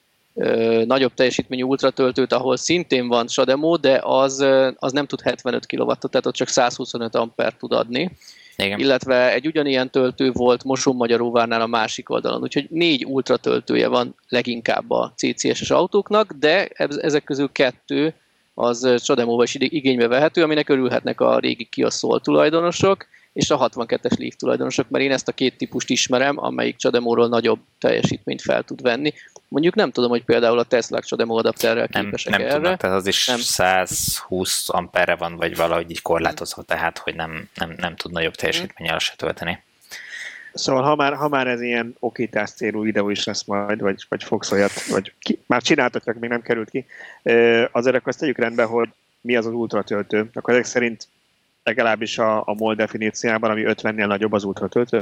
uh, nagyobb teljesítményű ultratöltőt, ahol szintén van sademó, de az, uh, az nem tud hetvenöt kilowattot, tehát ott csak százhuszonöt ampert tud adni. Igen. Illetve egy ugyanilyen töltő volt Mosonmagyaróvárnál a másik oldalon. Úgyhogy négy ultratöltője van leginkább a cé cé es-es autóknak, de ezek közül kettő az sademóval is igénybe vehető, aminek örülhetnek a régi Kia Soul tulajdonosok és a hatvankettes Leaf tulajdonosok, mert én ezt a két típust ismerem, amelyik sademóról nagyobb teljesítményt fel tud venni. Mondjuk nem tudom, hogy például a Tesla Sademo adapterrel képesek nem, nem erre. Tudnak, tehát az is nem. százhúsz amperre van, vagy valahogy így korlátozva, tehát hogy nem, nem, nem tud nagyobb teljesítménnyel se tölteni. Szóval ha már, ha már ez ilyen okítás célú videó is lesz majd, vagy, vagy fogsz olyat, vagy ki, már csináltatok, még nem került ki, azért akkor azt tegyük rendbe, hogy mi az az ultratöltő. Akkor ezek szerint legalábbis a, a MOL definíciában, ami ötvennél nagyobb az ultratöltő?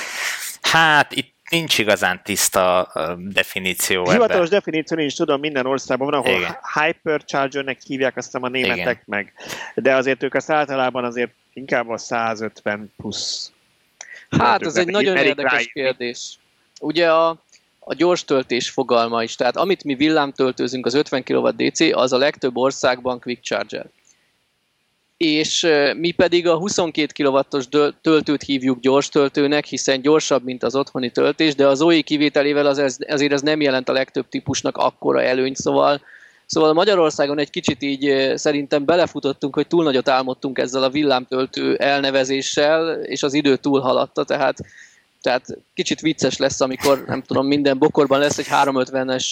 Hát itt nincs igazán tiszta definíció. Hivatalos ebbe. definíció nincs, tudom, minden országban van, ahol Igen. Hyperchargernek hívják, aztán a németek Igen. meg. De azért ők azt általában azért inkább a százötven plusz. Hát, ez egy nagyon érdekes ráj. kérdés. Ugye a, a gyors töltés fogalma is, tehát amit mi villámtöltőzünk, az ötven kilowatt dé cé, az a legtöbb országban quick charger. És mi pedig a huszonkét kilowattos töltőt hívjuk gyors töltőnek, hiszen gyorsabb, mint az otthoni töltés, de az o i kivételével az, azért ez nem jelent a legtöbb típusnak akkora előnyt, szóval, szóval Magyarországon egy kicsit így szerintem belefutottunk, hogy túl nagyot álmodtunk ezzel a villámtöltő elnevezéssel, és az idő túl haladta, tehát Tehát kicsit vicces lesz, amikor nem tudom, minden bokorban lesz egy háromszázötvenes,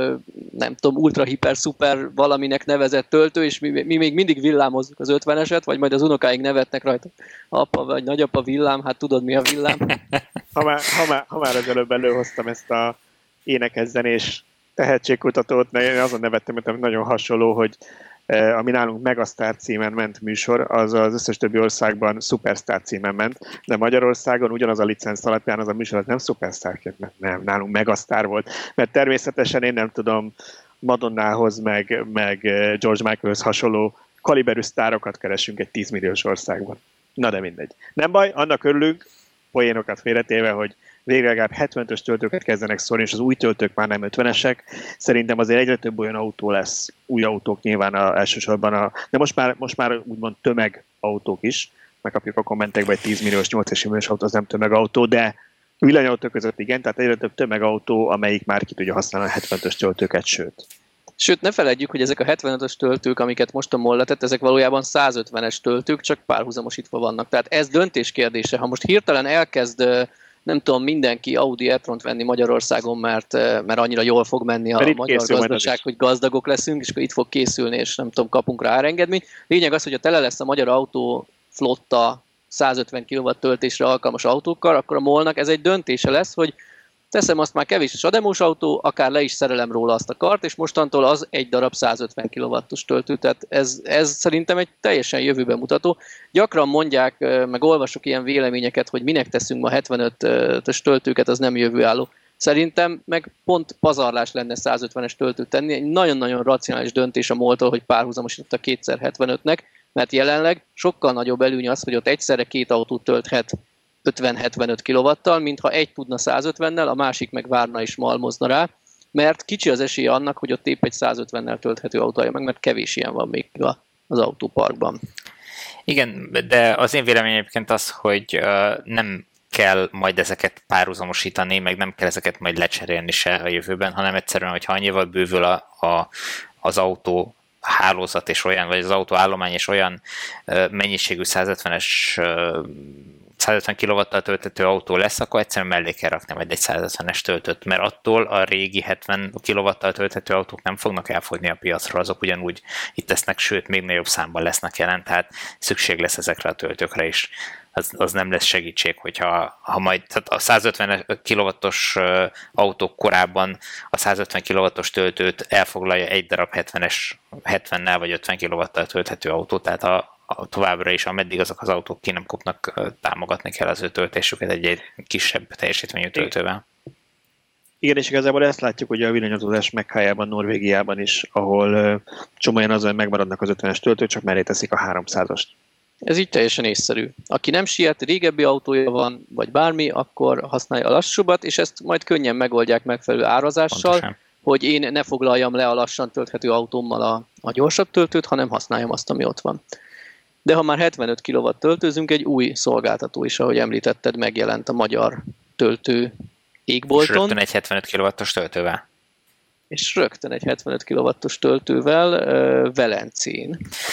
nem tudom, ultra hiper szuper valaminek nevezett töltő, és mi, mi még mindig villámozzuk az ötveneset, vagy majd az unokáink nevetnek rajta. Apa vagy nagyapa villám, hát tudod mi a villám? Ha már, ha már, ha már az előbb előhoztam ezt a énekes-zenés tehetségkutatót, én azon nevettem, hogy nagyon hasonló, hogy ami nálunk Megastar címen ment műsor, az az összes többi országban Superstar címen ment, de Magyarországon ugyanaz a licenc alapján az a műsor az nem Superstarként ment, nem, nálunk Megastar volt, mert természetesen én nem tudom, Madonnához, meg, meg George Michaelhoz hasonló kaliberű sztárokat keresünk egy tíz milliós országban. Na de mindegy. Nem baj, annak örülünk, poénokat félretéve, hogy végre legalább hetvenötös töltőket kezdenek szólni, és az új töltők már nem ötvenesek. Szerintem azért egyre több olyan autó lesz, új autók nyilván a, elsősorban, a, de most már, most már úgymond tömegautók is, megkapjuk a kommentekbe, egy tíz milliós, nyolc milliós autó az nem tömegautó, de villanyautó között igen, tehát egyre több tömegautó, amelyik már ki tudja használni a hetvenötös töltőket, sőt. Sőt, ne feledjük, hogy ezek a hetvenötös töltők, amiket most a MOL letett, ezek valójában százötvenes töltők, csak párhuzamosítva vannak. Tehát ez döntés kérdése. Ha most hirtelen elkezd, nem tudom, mindenki Audi e-tront venni Magyarországon, mert, mert annyira jól fog menni a magyar gazdaság, hogy gazdagok leszünk, és akkor itt fog készülni, és nem tudom, kapunk rá árengedményt. Lényeg az, hogy ha tele lesz a magyar autóflotta százötven kilowatt töltésre alkalmas autókkal, akkor a MOL-nak ez egy döntése lesz, hogy teszem azt, már kevés is a demós autó, akár le is szerelem róla azt a kart, és mostantól az egy darab százötven kilowattos töltő, tehát ez, ez szerintem egy teljesen jövőben mutató. Gyakran mondják, meg olvasok ilyen véleményeket, hogy minek teszünk ma hetvenötös töltőket, az nem jövőálló. Szerintem meg pont pazarlás lenne százötvenes töltőt tenni, egy nagyon-nagyon racionális döntés a MOL-tól, hogy párhuzamosított a kétszer hetvenötnek, mert jelenleg sokkal nagyobb előny az, hogy ott egyszerre két autót tölthet ötven-hetvenöt kilowattal, mintha egy tudna százötvennel, a másik meg várna és malmozna rá, mert kicsi az esélye annak, hogy ott épp egy százötvennel tölthető autója meg, mert kevés ilyen van még az autóparkban. Igen, de az én véleményem egyébként az, hogy nem kell majd ezeket párhuzamosítani, meg nem kell ezeket majd lecserélni se a jövőben, hanem egyszerűen, hogyha annyival bővül a, a, az autó hálózat és olyan, vagy az autóállomány és olyan mennyiségű százötvenes százötven kilowattal tölthető autó lesz, akkor egyszerűen mellé kell rakni majd egy százötvenes töltőt, mert attól a régi hetven kilowattal tölthető autók nem fognak elfogyni a piacra, azok ugyanúgy itt lesznek, sőt, még nagyobb számban lesznek jelen, tehát szükség lesz ezekre a töltőkre is. Az, az nem lesz segítség, hogyha ha majd tehát a százötven kilowattos autók korábban a százötven kilowattos töltőt elfoglalja egy darab hetvenes, hetvennel vagy ötven kilowattal tölthető autó, tehát a továbbra is, ameddig azok az autók ki nem kopnak, támogatni kell az ő töltésüket egy, egy kisebb teljesítményű töltővel. Igen, és igazából ezt látjuk ugye a villanyautózás meghájában, Norvégiában is, ahol csomóan azon megmaradnak az ötvenes töltők, csak mellé teszik a háromszázast. Ez így teljesen észszerű. Aki nem siet, régebbi autója van, vagy bármi, akkor használja a lassúbbat, és ezt majd könnyen megoldják megfelelő árazással, pontosan, hogy én ne foglaljam le a lassan tölthető autómmal a, a gyorsabb töltőt, hanem használjam azt, ami ott van. De ha már hetvenöt kilowatt töltőzünk, egy új szolgáltató is, ahogy említetted, megjelent a magyar töltő égbolton. És rögtön egy hetvenöt kilowattos töltővel. És rögtön egy hetvenöt kilowattos töltővel uh, Velencén.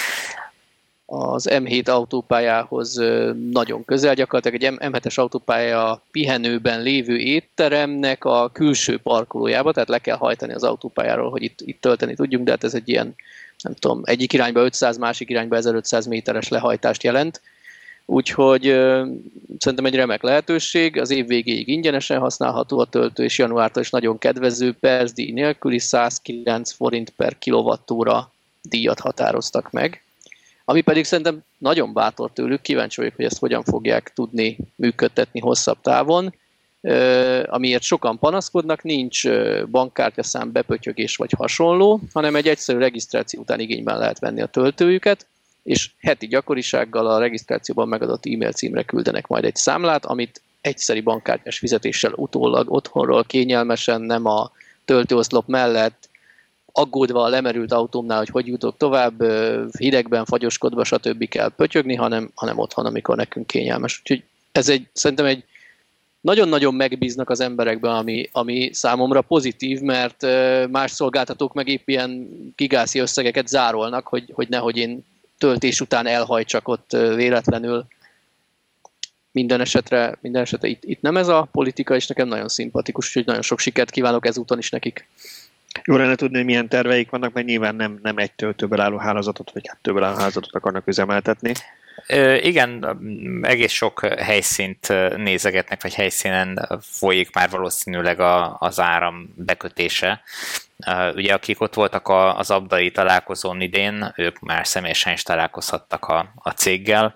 Az em hét autópályához uh, nagyon közel, gyakorlatilag egy em hetes autópálya a pihenőben lévő étteremnek a külső parkolójába, tehát le kell hajtani az autópályáról, hogy itt, itt tölteni tudjunk, de hát ez egy ilyen, nem tudom, egyik irányba ötszáz, másik irányba ezerötszáz méteres lehajtást jelent. Úgyhogy uh, szerintem egy remek lehetőség, az év végéig ingyenesen használható a töltő, és januártól is nagyon kedvező, percdíj nélküli százkilenc forint per kilowattóra díjat határoztak meg. Ami pedig szerintem nagyon bátor tőlük, kíváncsi vagyok, hogy ezt hogyan fogják tudni működtetni hosszabb távon. Uh, amiért sokan panaszkodnak, nincs uh, bankkártyaszám, bepötyögés vagy hasonló, hanem egy egyszerű regisztráció után igényben lehet venni a töltőjüket, és heti gyakorisággal a regisztrációban megadott e-mail címre küldenek majd egy számlát, amit egyszeri bankkártyás fizetéssel utólag otthonról kényelmesen, nem a töltőoszlop mellett, aggódva a lemerült autómnál, hogy hogy jutok tovább, hidegben, fagyoskodva, stb. Kell pötyögni, hanem, hanem otthon, amikor nekünk kényelmes. Úgyhogy ez egy, szerintem egy nagyon-nagyon megbíznak az emberekben, ami, ami számomra pozitív, mert más szolgáltatók meg épp ilyen gigászi összegeket zárolnak, hogy, hogy nehogy én töltés után elhajtsak ott véletlenül minden esetre, minden esetre itt, itt nem ez a politika, és nekem nagyon szimpatikus, úgyhogy nagyon sok sikert kívánok ezúton is nekik. Jó lenne tudni, hogy milyen terveik vannak, mert nyilván nem, nem egy töltőből álló hálózatot, vagy kettőből álló hálózatot akarnak üzemeltetni. Ö, igen, egész sok helyszínt nézegetnek, vagy helyszínen folyik már valószínűleg a, az áram bekötése. Ugye akik ott voltak az abdai találkozón idén, ők már személyesen is találkozhattak a, a céggel.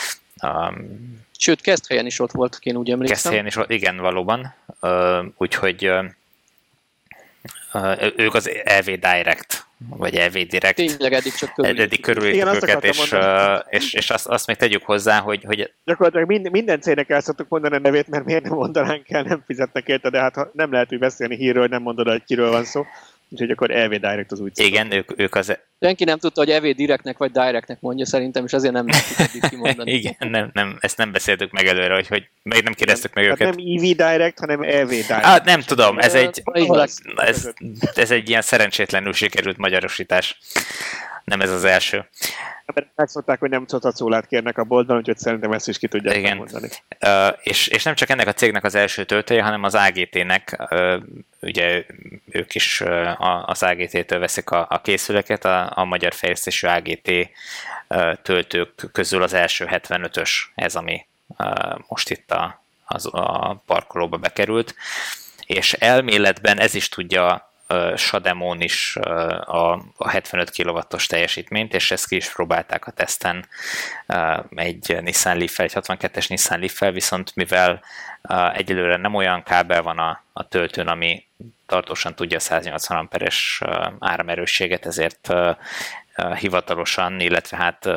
Sőt, Keszthelyen is ott volt, én úgy emlékszem. Keszthelyen is ott, igen, valóban. Úgyhogy ők az é vé Direct, vagy é vé Direct. Tényleg eddig csak körülítjük. Eddig körülítjük őket, és, és, és azt, azt még tegyük hozzá, hogy... hogy gyakorlatilag minden, minden cégnek el szoktuk mondani a nevét, mert miért nem mondanánk el, nem fizetnek érte, de hát nem lehet úgy beszélni hírről, nem mondod, hogy kiről van szó. Úgyhogy akkor é vé Direct az új cég. Igen, ők, ők az... Senki nem tudta, hogy é vé Directnek vagy Directnek mondja szerintem, és azért nem tudjuk kimondani. Igen, nem, nem, ezt nem beszéltük meg előre, hogy, hogy még nem kérdeztük meg hát őket. Nem é vé Direct, hanem é vé Direct. Ah, nem tudom, ez egy, ez, ez, ez egy ilyen szerencsétlenül sikerült magyarosítás. Nem ez az első. Megszokták, hogy nem cotacólát kérnek a boltban, úgyhogy szerintem ezt is ki tudják Igen. mondani. Uh, és, és nem csak ennek a cégnek az első töltője, hanem az á gé té-nek, uh, ugye ők is uh, az á gé té-től veszik a, a készüleket, a, a magyar fejlesztésű á gé té uh, töltők közül az első hetvenötös, ez ami uh, most itt a, az, a parkolóba bekerült, és elméletben ez is tudja Sademon is a, a hetvenöt kilowattos teljesítményt, és ezt ki is próbálták a teszten egy Nissan Leaf-fel, egy hatvankettes Nissan Leaf-fel, viszont mivel egyelőre nem olyan kábel van a, a töltőn, ami tartósan tudja a száznyolcvan amperes áramerősséget, ezért hivatalosan, illetve hát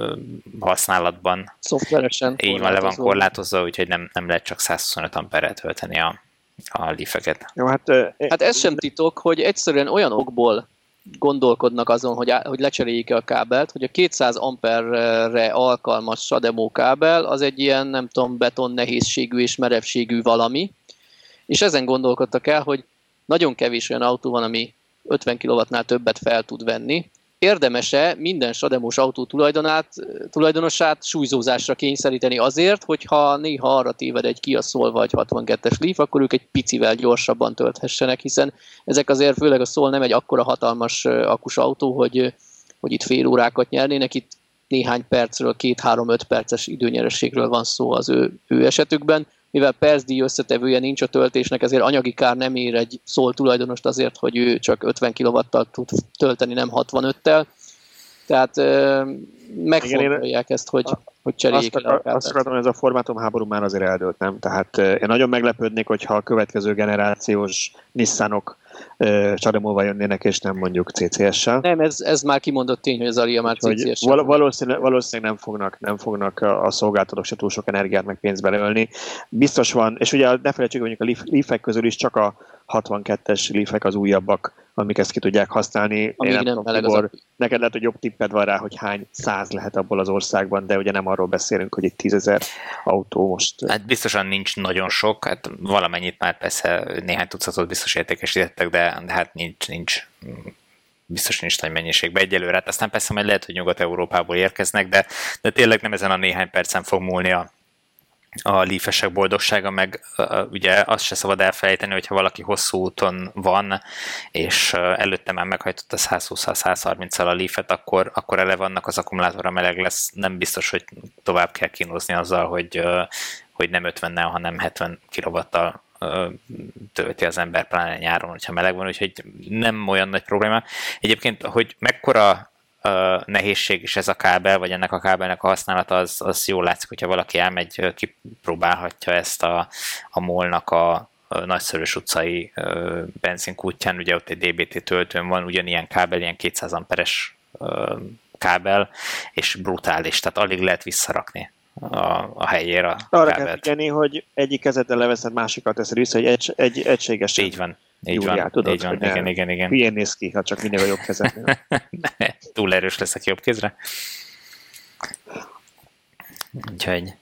használatban szoftveresen így van, le van korlátozva, úgyhogy nem, nem lehet csak százhuszonöt amperrel tölteni a a Leaf-eket. Jó, hát, hát ez sem titok, hogy egyszerűen olyan okból gondolkodnak azon, hogy, hogy lecseréljék a kábelt, hogy a kétszáz amperre alkalmas Sademo kábel az egy ilyen, nem tudom, beton nehézségű és merevségű valami, és ezen gondolkodtak el, hogy nagyon kevés olyan autó van, ami ötven kilowattnál többet fel tud venni. Érdemese minden Sademos autó tulajdonát, tulajdonosát súlyzózásra kényszeríteni azért, hogyha néha arra téved egy Kia Soul vagy hatvankettes Leaf, akkor ők egy picivel gyorsabban tölthessenek, hiszen ezek azért főleg a Soul nem egy akkora hatalmas akkus autó, hogy, hogy itt fél órákat nyernének, itt néhány percről, két-három-öt perces időnyerességről van szó az ő, ő esetükben. Mivel percdíj összetevője nincs a töltésnek, ezért anyagi kár nem ér egy Soul tulajdonost azért, hogy ő csak ötven kilowattal tud tölteni, nem hatvanöttel. Tehát euh, megfontolják ezt, hogy, hogy cseréljék azt le a kábelt. Azt akartam, hogy ez a formátumháború már azért eldőlt, nem? Tehát én nagyon meglepődnék, hogyha a következő generációs Nissanok Sademóval jönnének, és nem mondjuk cé cé es-sel. Nem, ez, ez már kimondott tény, hogy az Aria már cé cé es. Val- valószínűleg, valószínűleg nem fognak, nem fognak a szolgáltatók se túl sok energiát meg pénzt beleölni. Biztos van, és ugye ne felejtsük, hogy a Leaf-ek közül is csak a hatvankettes Leaf-ek az újabbak, amik ezt ki tudják használni. Amíg nem, nem meleg az neked lehet, hogy jobb tipped van rá, hogy hány száz lehet abból az országban, de ugye nem arról beszélünk, hogy itt tízezer autó most. Hát biztosan nincs nagyon sok, hát valamennyit már persze néhány tucatot biztos értékesítettek, de, de hát nincs, nincs biztos nincs nagy mennyiségben egyelőre. Hát aztán persze majd lehet, hogy Nyugat-Európából érkeznek, de, de tényleg nem ezen a néhány percen fog múlni a a Leaf-esek boldogsága, meg uh, ugye azt se szabad elfelejteni, hogyha valaki hosszú úton van, és uh, előtte már meghajtott a százhúsz-százharminccal a Leaf-et, akkor, akkor eleve annak az akkumulátora meleg lesz. Nem biztos, hogy tovább kell kínozni azzal, hogy, uh, hogy nem ötvennel, hanem hetven kilowattal uh, tölti az ember, pláne nyáron, hogyha meleg van, úgyhogy nem olyan nagy probléma. Egyébként, hogy mekkora Uh, nehézség is ez a kábel, vagy ennek a kábelnek a használata, az, az jól látszik, hogyha valaki elmegy, kipróbálhatja ezt a, a molnak a, a Nagyszörös utcai uh, benzinkútján, ugye ott egy dé bé té töltőn van, ugyanilyen kábel, ilyen kétszáz amperes uh, kábel, és brutális, tehát alig lehet visszarakni a, a helyére a arra kábelt. kell figyelni, hogy egyik kezeddel leveszed, másikat teszed vissza, hogy egy, egy egységesen. Így van. Így van, tudod, így van, igen, igen, igen. Hülyén néz ki, ha csak mindig a jobb kezednél. Túl erős leszek jobb kézre. Úgyhogy...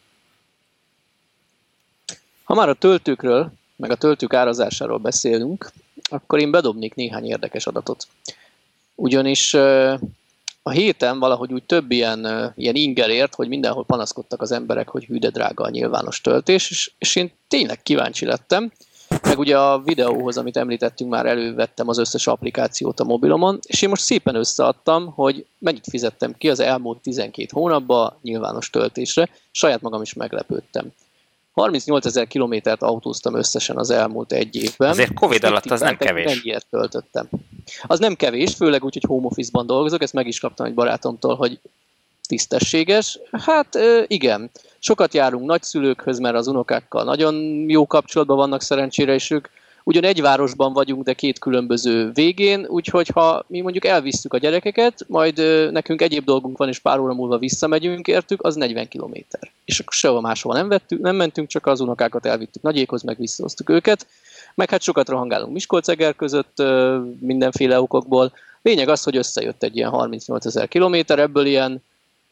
Ha már a töltőkről, meg a töltők árazásáról beszélünk, akkor én bedobnék néhány érdekes adatot. Ugyanis a héten valahogy úgy több ilyen, ilyen inger ért, hogy mindenhol panaszkodtak az emberek, hogy hű de drága a nyilvános töltés, és, és én tényleg kíváncsi lettem. Meg ugye a videóhoz, amit említettünk, már elővettem az összes applikációt a mobilomon, és én most szépen összeadtam, hogy mennyit fizettem ki az elmúlt tizenkét hónapban nyilvános töltésre, saját magam is meglepődtem. harmincnyolcezer kilométert autóztam összesen az elmúlt egy évben. Azért Covid alatt az nem kevés. Mennyiért töltöttem. Az nem kevés, főleg úgy, hogy home office-ban dolgozok, ezt meg is kaptam egy barátomtól, hogy tisztességes. Hát igen, sokat járunk nagyszülőkhöz, mert az unokákkal nagyon jó kapcsolatban vannak szerencsére, és ők ugyan egy városban vagyunk, de két különböző végén, úgyhogy ha mi mondjuk elvisszük a gyerekeket, majd nekünk egyéb dolgunk van, és pár óra múlva visszamegyünk értük, az negyven kilométer. És akkor sehova máshova nem, vettük, nem mentünk, csak az unokákat elvittük nagyékhoz, meg visszahoztuk őket. Meg hát sokat rohangálunk Miskolc-Eger között mindenféle okokból. Lényeg az, hogy összejött egy ilyen harmincnyolcezer kilométer, ebből ilyen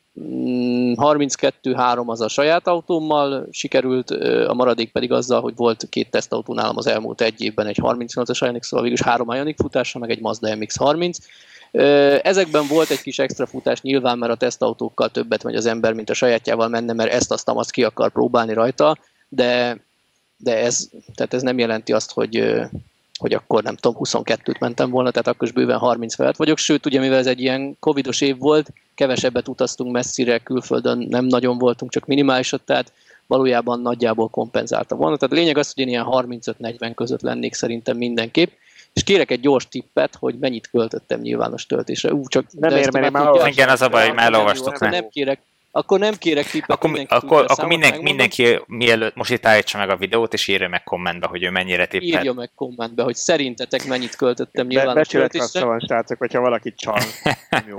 harminckettő három az a saját autómmal sikerült, a maradék pedig azzal, hogy volt két tesztautó nálam az elmúlt egy évben, egy harmincnyolcas Ioniq, szóval végülis három Ioniq futása, meg egy Mazda em iksz harminc. Ezekben volt egy kis extra futás nyilván, mert a tesztautókkal többet megy az ember, mint a sajátjával menne, mert ezt azt azt ki akar próbálni rajta, de, de ez, tehát ez nem jelenti azt, hogy, hogy akkor nem tudom, huszonkettőt mentem volna, tehát akkor is bőven harminc felett vagyok, sőt, ugye mivel ez egy ilyen covidos év volt, kevesebbet utaztunk messzire, külföldön nem nagyon voltunk, csak minimálisat, tehát valójában nagyjából kompenzálta volna. Tehát a lényeg az, hogy én ilyen harmincöt-negyven között lennék szerintem mindenképp, és kérek egy gyors tippet, hogy mennyit költöttem nyilvános töltésre. Ú, csak nem ér, mert én már igen, az a baj, hogy már elolvastuk. Nem kérek, akkor nem kérek tippet. Akkor, mindenki, akkor, akkor mindenki, mindenki mielőtt most itt állítsa meg a videót, és írja meg kommentbe, hogy ő mennyire tippel. Írja meg kommentbe, hogy szerintetek mennyit költöttem nyilvános Be, töltésre. Van, srácok, hogyha valaki csal. Jó.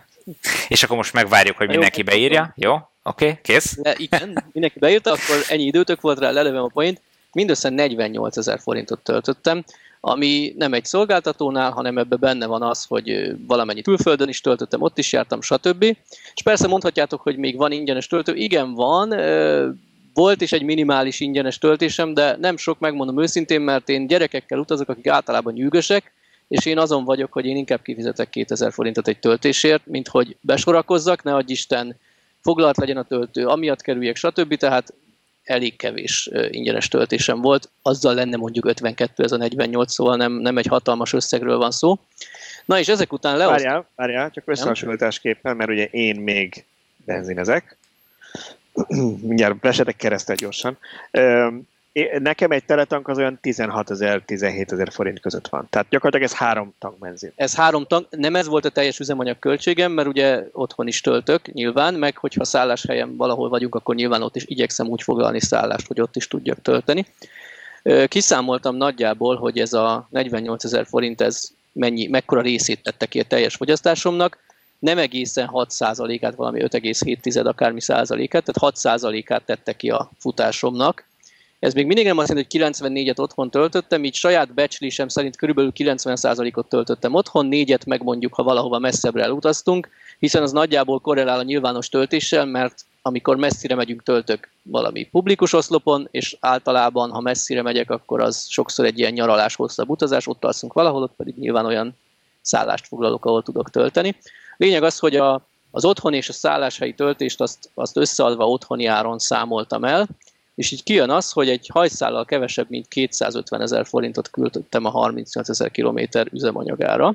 És akkor most megvárjuk, hogy mindenki beírja. Jó? Oké, okay, kész? De igen, mindenki beírta, akkor ennyi időtök volt rá, lelövem a point. Mindössze negyvennyolcezer forintot töltöttem, ami nem egy szolgáltatónál, hanem ebben benne van az, hogy valamennyi külföldön is töltöttem, ott is jártam, stb. És persze mondhatjátok, hogy még van ingyenes töltő. Igen, van. Volt is egy minimális ingyenes töltésem, de nem sok, megmondom őszintén, mert én gyerekekkel utazok, akik általában nyűgösek, és én azon vagyok, hogy én inkább kifizetek kétezer forintot egy töltésért, mint hogy besorakozzak, ne adj Isten, foglalt legyen a töltő, amiatt kerüljek, stb. Tehát elég kevés ingyenes töltésem volt, azzal lenne mondjuk ötvenkettő, ez a negyvennyolc, szóval nem, nem egy hatalmas összegről van szó. Na és ezek után leosztom... Várjál, várjál, csak összehasonlításképpen, mert ugye én még benzinezek, mindjárt lesetek keresztel gyorsan. Nekem egy teletank az olyan tizenhatezer-tizenhétezer forint között van. Tehát gyakorlatilag ez három tank benzin. Ez három tank, nem ez volt a teljes üzemanyag költségem, mert ugye otthon is töltök nyilván, meg hogyha szálláshelyen valahol vagyunk, akkor nyilván ott is igyekszem úgy foglalni szállást, hogy ott is tudjak tölteni. Kiszámoltam nagyjából, hogy ez a negyvennyolcezer forint, ez mennyi, mekkora részét tette ki a teljes fogyasztásomnak. Nem egészen hat százalékát, valami öt egész hét akármi százalékát, tehát hat százalékát tette ki a futásomnak. Ez még mindig nem azt jelenti, hogy kilencvennégyet otthon töltöttem, így saját becslésem szerint körülbelül kilencven százalékot töltöttem otthon, négyet meg mondjuk, ha valahova messzebbre elutaztunk, hiszen az nagyjából korrelál a nyilvános töltéssel, mert amikor messzire megyünk, töltök valami publikus oszlopon, és általában, ha messzire megyek, akkor az sokszor egy ilyen nyaralás, hosszabb utazás, ott alszunk valahol, ott pedig nyilván olyan szállást foglalok, ahol tudok tölteni. Lényeg az, hogy a, az otthon és a szálláshelyi töltést azt, azt összeadva otthoni áron számoltam el, és így kijön az, hogy egy hajszállal kevesebb, mint kétszázötvenezer forintot költöttem a harmincnyolcezer kilométer üzemanyagára,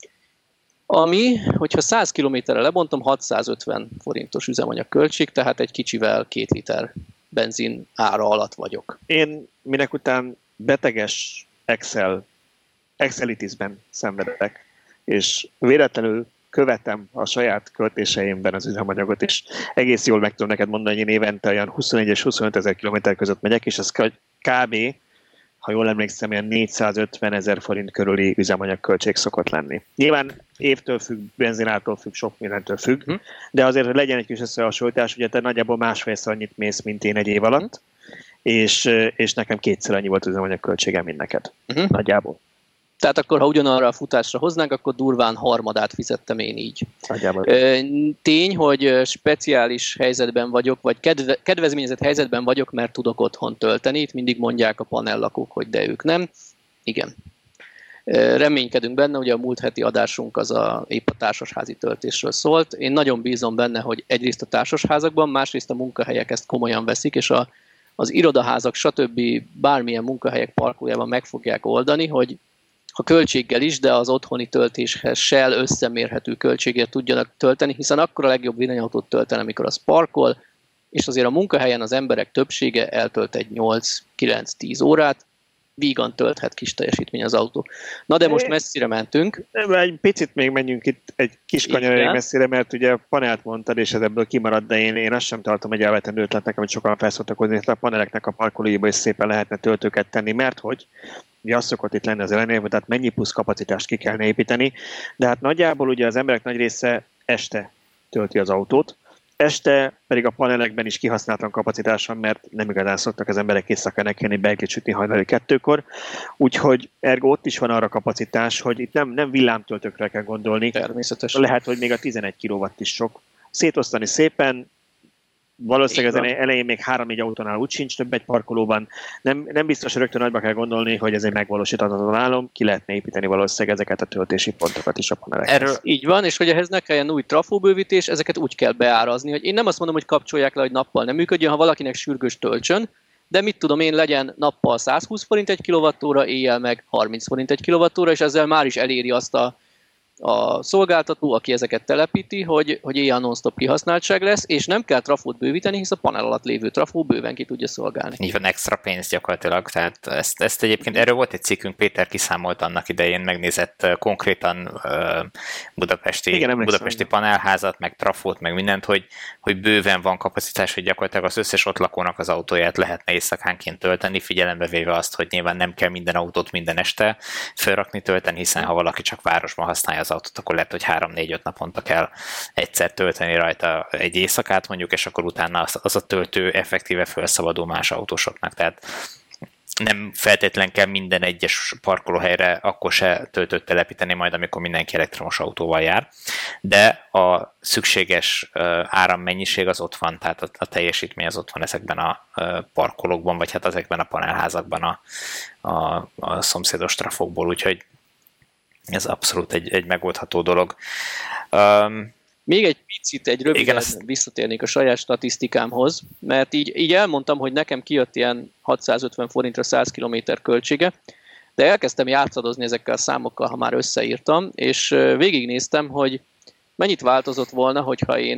ami, hogyha száz kilométerre lebontom, hatszázötven forintos üzemanyag költség, tehát egy kicsivel két liter benzin ára alatt vagyok. Én minek után beteges Excel, Excelitisben szenvedek, és véletlenül követem a saját költéseimben az üzemanyagot, és egész jól meg tudom neked mondani, hogy én évente olyan huszonegy és huszonöt ezer kilométer között megyek, és ez kb. Ha jól emlékszem, ilyen négyszázötven ezer forint körüli üzemanyagköltség szokott lenni. Nyilván évtől függ, benzinától függ, sok mindentől függ, uh-huh. de azért, hogy legyen egy kis összehasonlítás, ugye te nagyjából másfélszer annyit mész, mint én egy év alatt, uh-huh. és, és nekem kétszer annyi volt üzemanyagköltségem, mint neked. Uh-huh. Nagyjából. Tehát akkor, ha ugyanarra a futásra hoznánk, akkor durván harmadát fizettem én így. Nagyjából. Tény, hogy speciális helyzetben vagyok, vagy kedve, kedvezményezett helyzetben vagyok, mert tudok otthon tölteni. Itt mindig mondják a panellakók, hogy de ők nem. Igen. Reménykedünk benne, ugye a múlt heti adásunk az a, épp a társasházi töltésről szólt. Én nagyon bízom benne, hogy egyrészt a társasházakban, másrészt a munkahelyek ezt komolyan veszik, és a, az irodaházak, stb. Bármilyen munkahelyek parkolójában meg fogják oldani, hogy a költséggel is, de az otthoni töltéshez sel összemérhető költséggel tudjanak tölteni, hiszen akkor a legjobb villanyautót tölteni, amikor az parkol, és azért a munkahelyen az emberek többsége eltölt egy nyolc-kilenc-tíz órát, vígan tölthet kis teljesítmény az autó. Na de most messzire mentünk. Egy picit még menjünk itt egy kis kanyarig messzire, mert ugye a panelt mondtad, és ez ebből kimaradt, de én, én azt sem tartom egy elvetendő ötletnek, amit sokan felszoktak hozni, a paneleknek a parkolóiba is szépen lehetne töltőket tenni, mert hogy ugye az szokott itt lenni az ellenérve, tehát mennyi plusz kapacitást ki kellene építeni, de hát nagyjából ugye az emberek nagy része este tölti az autót, este pedig a panelekben is kihasználatlan kapacitás van, mert nem igazán szoktak az emberek éjszaka nekelni, beiglit sütni hajnali kettőkor, úgyhogy ergo ott is van arra kapacitás, hogy itt nem, nem villámtöltőkre kell gondolni. Természetesen. Lehet, hogy még a tizenegy kilowatt is sok. Szétosztani szépen, valószínűleg az elején még három-négy autónál úgy sincs több egy parkolóban. Nem, nem biztos, hogy rögtön nagyba kell gondolni, hogy ez egy megvalósíthatatlan álom, ki lehetne építeni valószínűleg ezeket a töltési pontokat is a panelekhez. Erről így van, és hogy ehhez ne kelljen új trafóbővítés, ezeket úgy kell beárazni, hogy én nem azt mondom, hogy kapcsolják le, hogy nappal nem működjön, ha valakinek sürgős töltsön, de mit tudom én, legyen nappal százhúsz forint egy kilowattóra, éjjel meg harminc forint egy kilowattóra, és ezzel már is eléri azt a a szolgáltató, aki ezeket telepíti, hogy, hogy ilyen non-stop kihasználtság lesz, és nem kell trafót bővíteni, hisz a panel alatt lévő trafó bőven ki tudja szolgálni. Így van, extra pénz gyakorlatilag, tehát ezt, ezt egyébként, erről volt egy cikkünk, Péter kiszámolt annak idején, megnézett konkrétan uh, budapesti, Igen, budapesti panelházat, meg trafót, meg mindent, hogy, hogy bőven van kapacitás, hogy gyakorlatilag az összes ott lakónak az autóját lehetne éjszakánként tölteni, figyelembe véve azt, hogy nyilván nem kell minden autót minden este felrakni, tölteni, hiszen ha valaki csak városban használja az autót, akkor lehet, hogy három-négy-öt naponta kell egyszer tölteni rajta egy éjszakát mondjuk, és akkor utána az, az a töltő effektíve felszabadul más autósoknak. Tehát nem feltétlen kell minden egyes parkolóhelyre akkor se töltőt telepíteni majd, amikor mindenki elektromos autóval jár, de a szükséges árammennyiség az ott van, tehát a teljesítmény az ott van ezekben a parkolókban, vagy hát ezekben a panelházakban a, a, a szomszédos trafókból, úgyhogy ez abszolút egy, egy megoldható dolog. Um, Még egy picit, egy röviden azt... visszatérnék a saját statisztikámhoz, mert így, így elmondtam, hogy nekem kijött ilyen hatszázötven forintra száz kilométer költsége, de elkezdtem játszadozni ezekkel a számokkal, ha már összeírtam, és végignéztem, hogy mennyit változott volna, hogyha én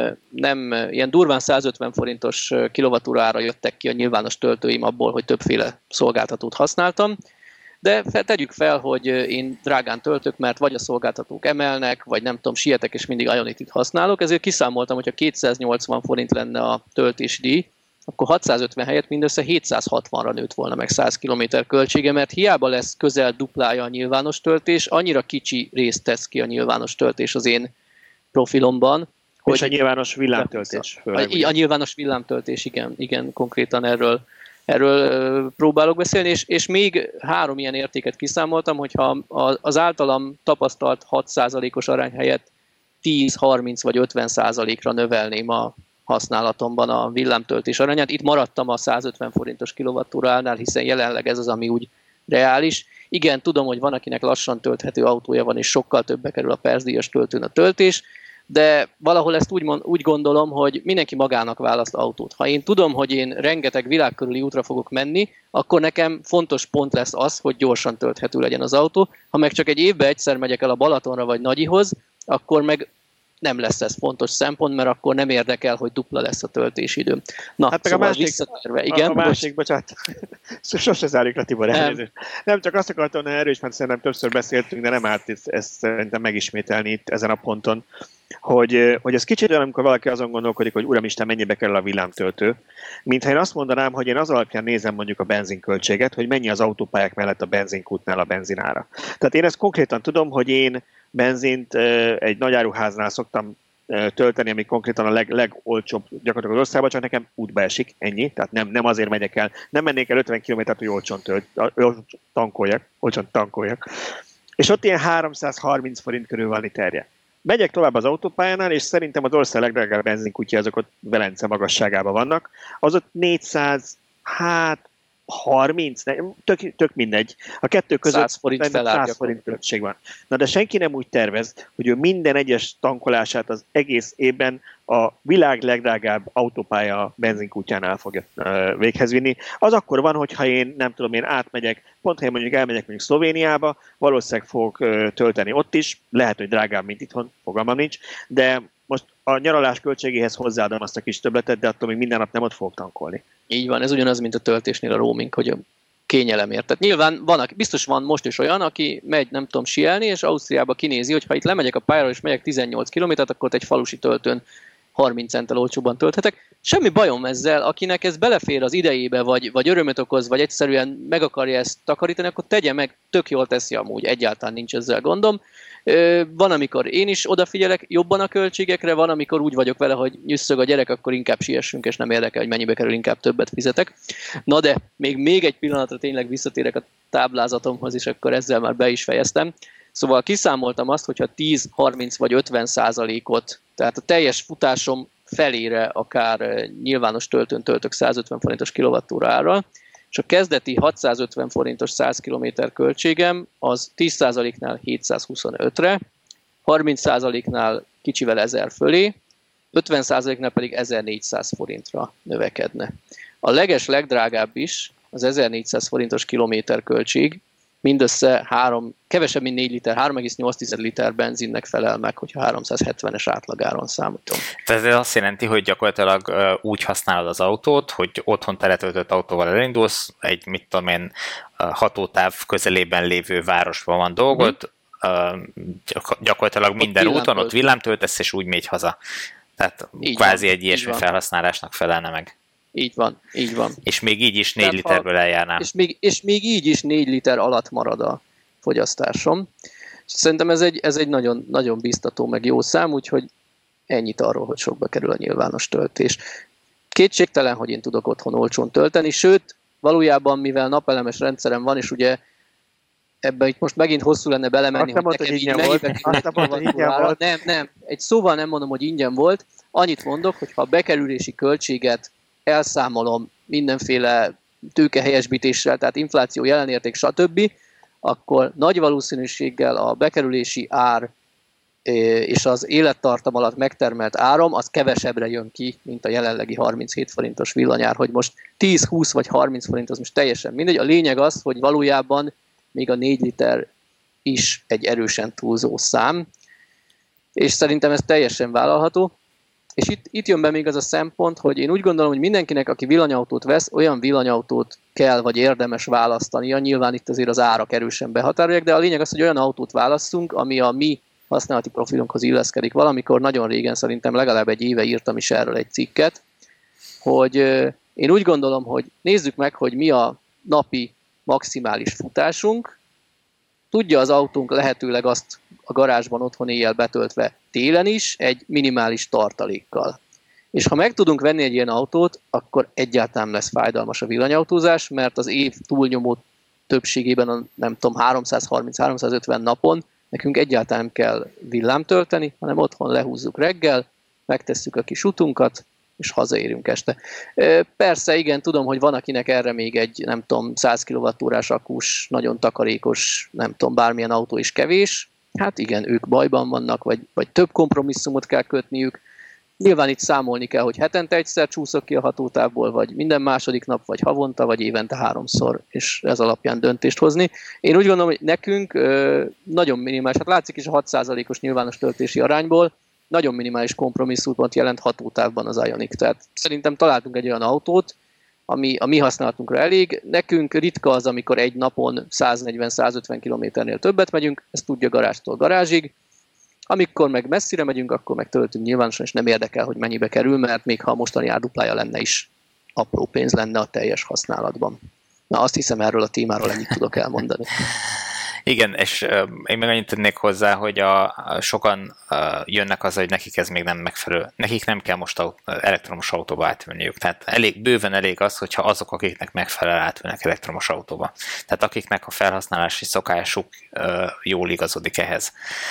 nem ilyen durván százötven forintos kilovattórára jöttek ki a nyilvános töltőim abból, hogy többféle szolgáltatót használtam, de fel, tegyük fel, hogy én drágán töltök, mert vagy a szolgáltatók emelnek, vagy nem tudom, sietek, és mindig Ionity-t használok, ezért kiszámoltam, hogyha kétszáznyolcvan forint lenne a töltési díj, akkor hatszázötven helyett mindössze hétszázhatvanra nőtt volna meg száz kilométer költsége, mert hiába lesz közel duplája a nyilvános töltés, annyira kicsi részt tesz ki a nyilvános töltés az én profilomban. És hogy a nyilvános villámtöltés. A, a, a nyilvános villámtöltés, igen, igen, konkrétan erről Erről próbálok beszélni, és, és még három ilyen értéket kiszámoltam, hogyha az általam tapasztalt hat százalékos arány helyett tíz, harminc vagy ötven százalékra növelném a használatomban a villámtöltés arányát. Itt maradtam a százötven forintos kilowattóránál, hiszen jelenleg ez az, ami úgy reális. Igen, tudom, hogy van, akinek lassan tölthető autója van, és sokkal többe kerül a percdíjas töltőn a töltés, de valahol ezt úgy, mond, úgy gondolom, hogy mindenki magának választ autót. Ha én tudom, hogy én rengeteg világkörüli útra fogok menni, akkor nekem fontos pont lesz az, hogy gyorsan tölthető legyen az autó. Ha meg csak egy évben egyszer megyek el a Balatonra vagy Nagyihoz, akkor meg nem lesz ez fontos szempont, mert akkor nem érdekel, hogy dupla lesz a töltési idő. Na, hát szóval a másik, visszatérve, igen. A, a másik, bocsánat, sose zárjuk le, Tibor, elnézést. Nem, csak azt akartam erről is, mert szerintem többször beszéltünk, de nem árt ezt, ezt szerintem megismételni itt ezen a ponton, hogy, hogy ez kicsit olyan, amikor valaki azon gondolkodik, hogy uramisten, mennyibe kerül a villámtöltő, mintha én azt mondanám, hogy én az alapján nézem mondjuk a benzinköltséget, hogy mennyi az autópályák mellett a benzinkútnál a benzinára. Tehát én ezt konkrétan tudom, hogy én benzint egy nagyáruháznál szoktam tölteni, ami konkrétan a leg, legolcsóbb gyakorlatilag az országban, csak nekem útba esik, ennyi, tehát nem, nem azért megyek el, nem mennék el ötven kilométert, hogy olcsón tölt, tankoljak, olcsón tankoljak. És ott ilyen háromszázharminc forint körül van literje. Megyek tovább az autópályánál, és szerintem az ország legdrágább benzinkútja, azok ott Velence magasságában vannak, az ott négyszáz, hát harminc, tök, tök mindegy. A kettő között száz forint felár, száz forint különbség van. Na de senki nem úgy tervez, hogy ő minden egyes tankolását az egész évben a világ legdrágább autópálya benzinkútjánál fogja uh, véghez vinni. Az akkor van, hogyha én nem tudom, én átmegyek, pont ha én mondjuk elmegyek mondjuk Szlovéniába, valószínűleg fogok uh, tölteni ott is, lehet, hogy drágább, mint itthon, fogalmam nincs, de most a nyaralás költségéhez hozzáadom azt a kis többletet, de attól még minden nap nem ott fogok tankolni. Így van, ez ugyanaz, mint a töltésnél a roaming, hogy a kényelemért. Tehát nyilván van, biztos van most is olyan, aki megy, nem tudom, sielni, és Ausztriába kinézi, hogy ha itt lemegyek a pályára, és megyek tizennyolc kilométert, akkor egy falusi töltőn harminc centtel olcsóbban tölthetek. Semmi bajom ezzel, akinek ez belefér az idejébe, vagy, vagy örömöt okoz, vagy egyszerűen meg akarja ezt takarítani, akkor tegye meg, tök jól teszi amúgy, egyáltalán nincs ezzel gondom. Van, amikor én is odafigyelek jobban a költségekre, van, amikor úgy vagyok vele, hogy nyüsszög a gyerek, akkor inkább siessünk, és nem érdekel, hogy mennyibe kerül, inkább többet fizetek. Na de, még, még egy pillanatra tényleg visszatérek a táblázatomhoz, és akkor ezzel már be is fejeztem. Szóval kiszámoltam azt, hogyha tíz, harminc vagy ötven százalékot, tehát a teljes futásom felére akár nyilvános töltőn töltök százötven forintos kilovattóra árral, és a kezdeti hatszázötven forintos száz kilométer költségem az tíz százaléknál hétszázhuszonötre, harminc százaléknál kicsivel ezer fölé, ötven százaléknál pedig ezernégyszáz forintra növekedne. A leges legdrágább is az ezernégyszáz forintos kilométer költség, mindössze három, kevesebb, mint négy liter, három egész nyolc liter benzinnek felel meg, hogyha háromszázhetvenes átlagáron számítom. Tehát ez azt jelenti, hogy gyakorlatilag úgy használod az autót, hogy otthon teletöltött autóval elindulsz, egy mit tudom én, hatótáv közelében lévő városban van dolgod, mm. gyakorlatilag ott minden úton ott villámtöltesz, és úgy megy haza. Tehát így kvázi van, egy ilyesmi felhasználásnak felelne meg. Így van, így van. És még így is négy literből eljárnám. És még, és még így is négy liter alatt marad a fogyasztásom. Szerintem ez egy, ez egy nagyon, nagyon biztató, meg jó szám, úgyhogy ennyit arról, hogy sokba kerül a nyilvános töltés. Kétségtelen, hogy én tudok otthon olcsón tölteni, sőt, valójában, mivel napelemes rendszerem van, és ugye ebben itt most megint hosszú lenne belemenni, azt hogy neked így mennyibe volt. Nem, nem, egy szóval nem mondom, hogy ingyen volt. Annyit mondok, hogy ha a bekerülési költséget elszámolom mindenféle tőkehelyesbítéssel, tehát infláció, jelenérték, stb., akkor nagy valószínűséggel a bekerülési ár és az élettartam alatt megtermelt áram, az kevesebbre jön ki, mint a jelenlegi harminchét forintos villanyár, hogy most tíz, húsz vagy harminc forint, az most teljesen mindegy. A lényeg az, hogy valójában még a négy liter is egy erősen túlzó szám, és szerintem ez teljesen vállalható. És itt, itt jön be még az a szempont, hogy én úgy gondolom, hogy mindenkinek, aki villanyautót vesz, olyan villanyautót kell, vagy érdemes választania. Nyilván itt azért az árak erősen behatárolják, de a lényeg az, hogy olyan autót válasszunk, ami a mi használati profilunkhoz illeszkedik. Valamikor nagyon régen, szerintem legalább egy éve írtam is erről egy cikket, hogy én úgy gondolom, hogy nézzük meg, hogy mi a napi maximális futásunk, tudja az autónk lehetőleg azt a garázsban otthon éjjel betöltve télen is, egy minimális tartalékkal. És ha meg tudunk venni egy ilyen autót, akkor egyáltalán lesz fájdalmas a villanyautózás, mert az év túlnyomó többségében a nem tudom, háromszázharminc-háromszázötven napon nekünk egyáltalán nem kell villámt tölteni, hanem otthon lehúzzuk reggel, megtesszük a kis utunkat, és hazaérünk este. Persze, igen, tudom, hogy van, akinek erre még egy, nem tudom, száz kilowattórás akkus, nagyon takarékos, nem tudom, bármilyen autó is kevés. Hát igen, ők bajban vannak, vagy, vagy több kompromisszumot kell kötniük. Nyilván itt számolni kell, hogy hetente egyszer csúszok ki a hatótávból, vagy minden második nap, vagy havonta, vagy évente háromszor, és ez alapján döntést hozni. Én úgy gondolom, hogy nekünk ö, nagyon minimális, hát látszik is a hat százalékos nyilvános töltési arányból, nagyon minimális kompromisszumot jelent hatótávban az Ioniq. Tehát szerintem találtunk egy olyan autót, ami a mi használatunkra elég. Nekünk ritka az, amikor egy napon száznegyven-százötven kilométernél többet megyünk, ezt tudja garázstól garázsig. Amikor meg messzire megyünk, akkor meg töltünk nyilvánosan, és nem érdekel, hogy mennyibe kerül, mert még ha a mostani árduplája lenne is, apró pénz lenne a teljes használatban. Na, azt hiszem, erről a témáról ennyit tudok elmondani. Igen, és uh, én meg annyit tennék hozzá, hogy a, a sokan uh, jönnek az, hogy nekik ez még nem megfelelő. Nekik nem kell most aut- elektromos autóba átvenniük. Tehát elég, bőven elég az, hogyha azok, akiknek megfelel, átvennek elektromos autóba. Tehát akiknek a felhasználási szokásuk uh, jól igazodik ehhez.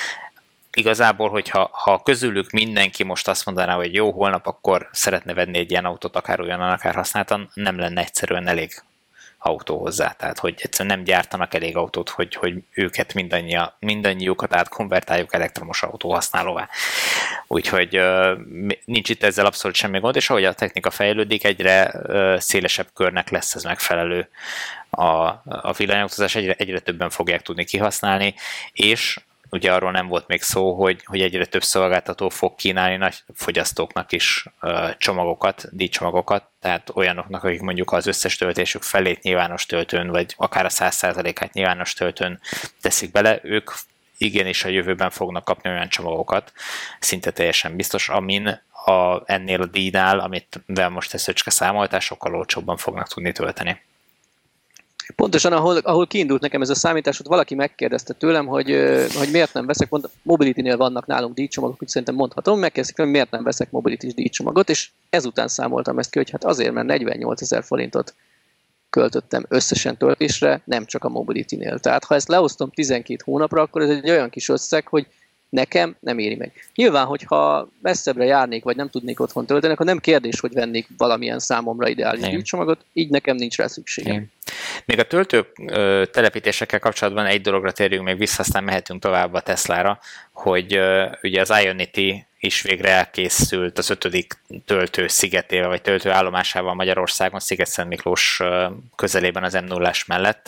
Igazából, hogyha ha közülük mindenki most azt mondaná, hogy jó, holnap akkor szeretne venni egy ilyen autót, akár olyan, akár használtan, nem lenne egyszerűen elég autó hozzá. Tehát, hogy egyszerűen nem gyártanak elég autót, hogy, hogy őket mindannyian, mindannyiukat átkonvertáljuk elektromos autó használóvá. Úgyhogy nincs itt ezzel abszolút semmi gond, és ahogy a technika fejlődik, egyre szélesebb körnek lesz ez megfelelő a, a villanyautózás, egyre, egyre többen fogják tudni kihasználni, és ugye arról nem volt még szó, hogy, hogy egyre több szolgáltató fog kínálni nagy fogyasztóknak is uh, csomagokat, díjcsomagokat, tehát olyanoknak, akik mondjuk az összes töltésük felét nyilvános töltőn, vagy akár a száz százalékát nyilvános töltőn teszik bele, ők igenis a jövőben fognak kapni olyan csomagokat, szinte teljesen biztos, amin a, ennél a díjnál, amit most a Szöcske számoltál, sokkal olcsóbban fognak tudni tölteni. Pontosan, ahol, ahol kiindult nekem ez a számítás, ott valaki megkérdezte tőlem, hogy, hogy miért nem veszek, mond, Mobility-nél vannak nálunk díjcsomagok, úgy szerintem mondhatom, megkérdezték, hogy miért nem veszek Mobility-s díjcsomagot, és ezután számoltam ezt ki, hogy hát azért, mert negyvennyolcezer forintot költöttem összesen töltésre, nem csak a Mobility-nél. Tehát ha ezt leosztom tizenkét hónapra, akkor ez egy olyan kis összeg, hogy nekem nem éri meg. Nyilván, hogyha messzebbre járnék, vagy nem tudnék otthon tölteni, akkor nem kérdés, hogy vennék valamilyen számomra ideális díjcsomagot, így nekem nincs rá szükségem. Igen. Még a töltő telepítésekkel kapcsolatban egy dologra térjünk még vissza, aztán mehetünk tovább a Teslára, hogy ugye az Ionity is végre elkészült az ötödik töltő szigetével, vagy töltő állomásával Magyarországon, Sziget-Szent Miklós közelében az em nullás mellett.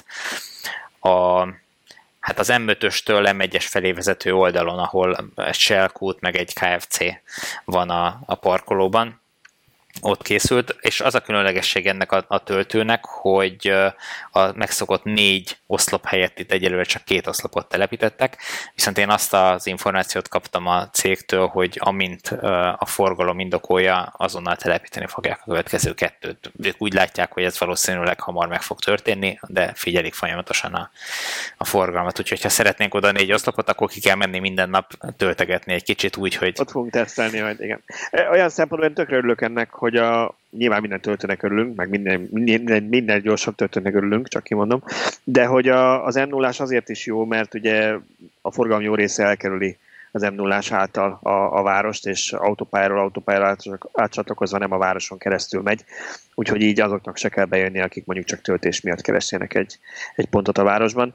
A Hát az em ötöstől em egyes felé vezető oldalon, ahol egy Shell kút, meg egy ká ef cé van a, a parkolóban, ott készült, és az a különlegesség ennek a, a töltőnek, hogy a megszokott négy oszlop helyett itt egyelőre csak két oszlopot telepítettek, viszont én azt az információt kaptam a cégtől, hogy amint a forgalom indokolja, azonnal telepíteni fogják a következő kettőt. Ők úgy látják, hogy ez valószínűleg hamar meg fog történni, de figyelik folyamatosan a, a forgalmat. Úgyhogy ha szeretnénk oda négy oszlopot, akkor ki kell menni minden nap töltegetni egy kicsit úgy, hogy... Ott fogunk tesztelni majd, igen. Olyan szempontból én tökre örülök ennek, hogy a, nyilván minden töltőnek örülünk, meg minden, minden, minden gyorsabb töltőnek örülünk, csak kimondom, de hogy a, az em nullás azért is jó, mert ugye a forgalom jó része elkerüli az em nullás által a, a várost, és autópályáról autópályára átcsatlakozva nem a városon keresztül megy, úgyhogy így azoknak se kell bejönni, akik mondjuk csak töltés miatt keressenek egy, egy pontot a városban.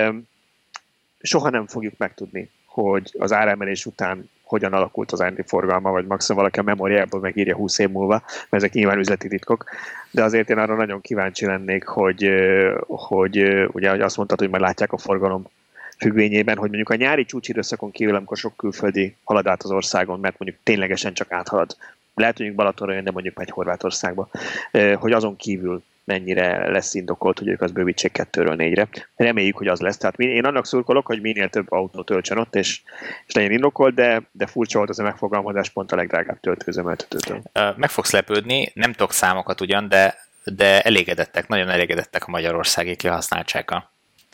Soha nem fogjuk megtudni, hogy az áremelés után hogyan alakult az Ionity forgalma, vagy maximum valaki a memóriából megírja húsz év múlva, mert ezek nyilván üzleti titkok, de azért én arra nagyon kíváncsi lennék, hogy, hogy ugye azt mondtad, hogy majd látják a forgalom függvényében, hogy mondjuk a nyári csúcsidőszakon kívül, amikor sok külföldi halad át az országon, mert mondjuk ténylegesen csak áthalad, lehet, hogy mondjuk Balatonra jön, de mondjuk egy Horvátországba, hogy azon kívül mennyire lesz indokolt, hogy ők azt bővítsék kettőről négyre. Reméljük, hogy az lesz. Tehát én annak szurkolok, hogy minél több autó töltsön ott, és, és legyen indokolt, de, de furcsa volt az a megfogalmazás pont a legdrágább töltőüzemeltetőtől. Meg fogsz lepődni, nem tudok számokat ugyan, de, de elégedettek, nagyon elégedettek a magyarországi kihasználtsága.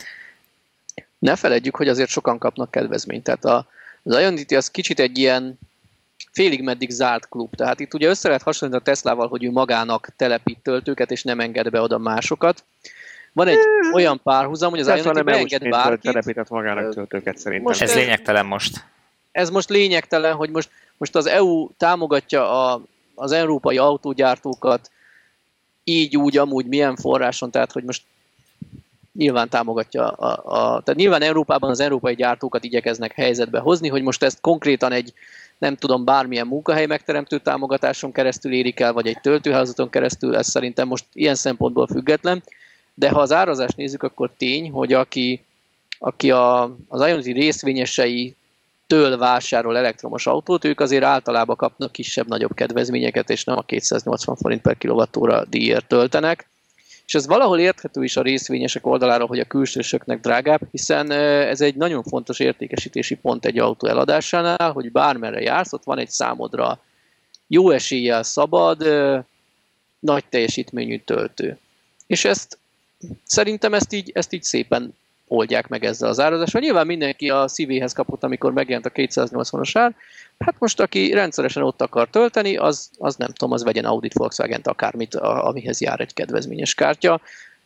Ne feledjük, hogy azért sokan kapnak kedvezményt. Tehát a, az Ionity az kicsit egy ilyen félig meddig zárt klub. Tehát itt ugye össze lehet hasonlítani a Teslával, hogy ő magának telepít töltőket, és nem enged be oda másokat. Van egy olyan párhuzam, hogy az Ionity beenged bárkit. Telepített magának töltőket szerintem. Most ez, ez lényegtelen most. Ez most lényegtelen, hogy most, most az é u támogatja a, az európai autógyártókat így, úgy, amúgy, milyen forráson, tehát hogy most nyilván támogatja, a, a, tehát nyilván Európában az európai gyártókat igyekeznek helyzetbe hozni, hogy most ezt konkrétan egy, nem tudom, bármilyen munkahely megteremtő támogatáson keresztül érik el, vagy egy töltőházaton keresztül, ez szerintem most ilyen szempontból független, de ha az árazást nézzük, akkor tény, hogy aki, aki a, az Ionity részvényesei től vásárol elektromos autót, ők azért általában kapnak kisebb-nagyobb kedvezményeket, és nem a kétszáznyolcvan forint per kilowattóra díjért töltenek. És ez valahol érthető is a részvényesek oldaláról, hogy a külsősöknek drágább, hiszen ez egy nagyon fontos értékesítési pont egy autó eladásánál, hogy bármerre jársz, ott van egy számodra jó eséllyel szabad, nagy teljesítményű töltő. És ezt szerintem ezt így, ezt így szépen oldják meg ezzel az árazással. Nyilván mindenki a szívéhez kapott, amikor megjelent a kétszáznyolcvanas ár. Hát most, aki rendszeresen ott akar tölteni, az, az nem tudom, az vegyen Audit, Volkswagent, akármit, a, amihez jár egy kedvezményes kártya.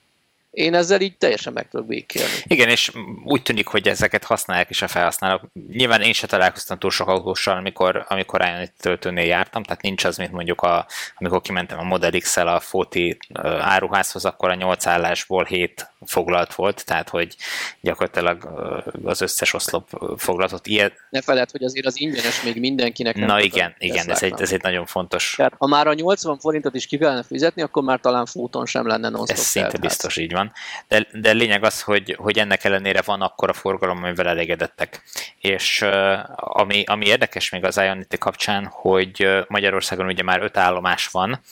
Én ezzel így teljesen meg tudok békélni. Igen, és úgy tűnik, hogy ezeket használják is a felhasználók. Nyilván én se találkoztam túl sok autóssal, amikor, amikor Ionity töltőnél jártam, tehát nincs az, mint mondjuk a, amikor kimentem a Model X-el a Fóti áruházhoz, akkor a nyolc állásból hét foglalt volt, tehát hogy gyakorlatilag az összes oszlop foglaltott. Ilyet... Ne feledd, hogy azért az ingyenes még mindenkinek nem. Na igen, igen, ez egy, ez egy nagyon fontos. Tehát ha már a nyolcvan forintot is ki kellene fizetni, akkor már talán fóton sem lenne non-stop. Ez szinte biztos, így van. De, de lényeg az, hogy, hogy ennek ellenére van akkora forgalom, amivel elégedettek. És ami, ami érdekes még az Ionity kapcsán, hogy Magyarországon ugye már öt állomás van,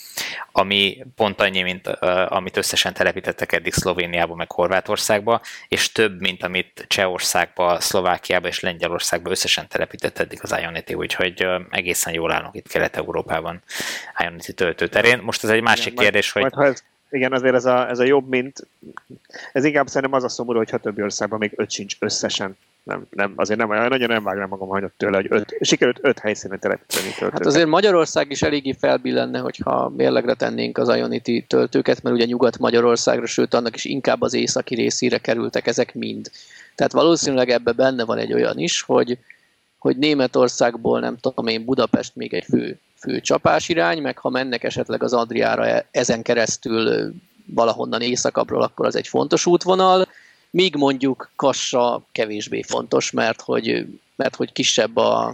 ami pont annyi, mint amit összesen telepítettek eddig Szlovéniába, meg Horvátországba, és több, mint amit Csehországba, Szlovákiába és Lengyelországba összesen telepített eddig az Ionity, úgyhogy egészen jól állunk itt Kelet-Európában Ionity töltőterén. Most ez egy másik igen, kérdés, majd, hogy... Majd, igen, azért ez a, ez a jobb, mint... Ez inkább szerintem az a szomorú, hogy ha többi országban még öt sincs összesen. Nem, nem, azért nem, nagyon nem vágnám magam hanyat tőle, hogy öt, sikerült öt helyszínen telepíteni töltőket. Hát azért Magyarország is eléggé felbillenne, hogyha mérlegre tennénk az Ionity töltőket, mert ugye Nyugat-Magyarországra, sőt annak is inkább az északi részére kerültek ezek mind. Tehát valószínűleg ebben benne van egy olyan is, hogy, hogy Németországból, nem tudom én, Budapest még egy fő, fő csapásirány, meg ha mennek esetleg az Adriára ezen keresztül valahonnan északabbról, akkor az egy fontos útvonal, míg mondjuk Kassa kevésbé fontos, mert hogy, mert hogy kisebb a,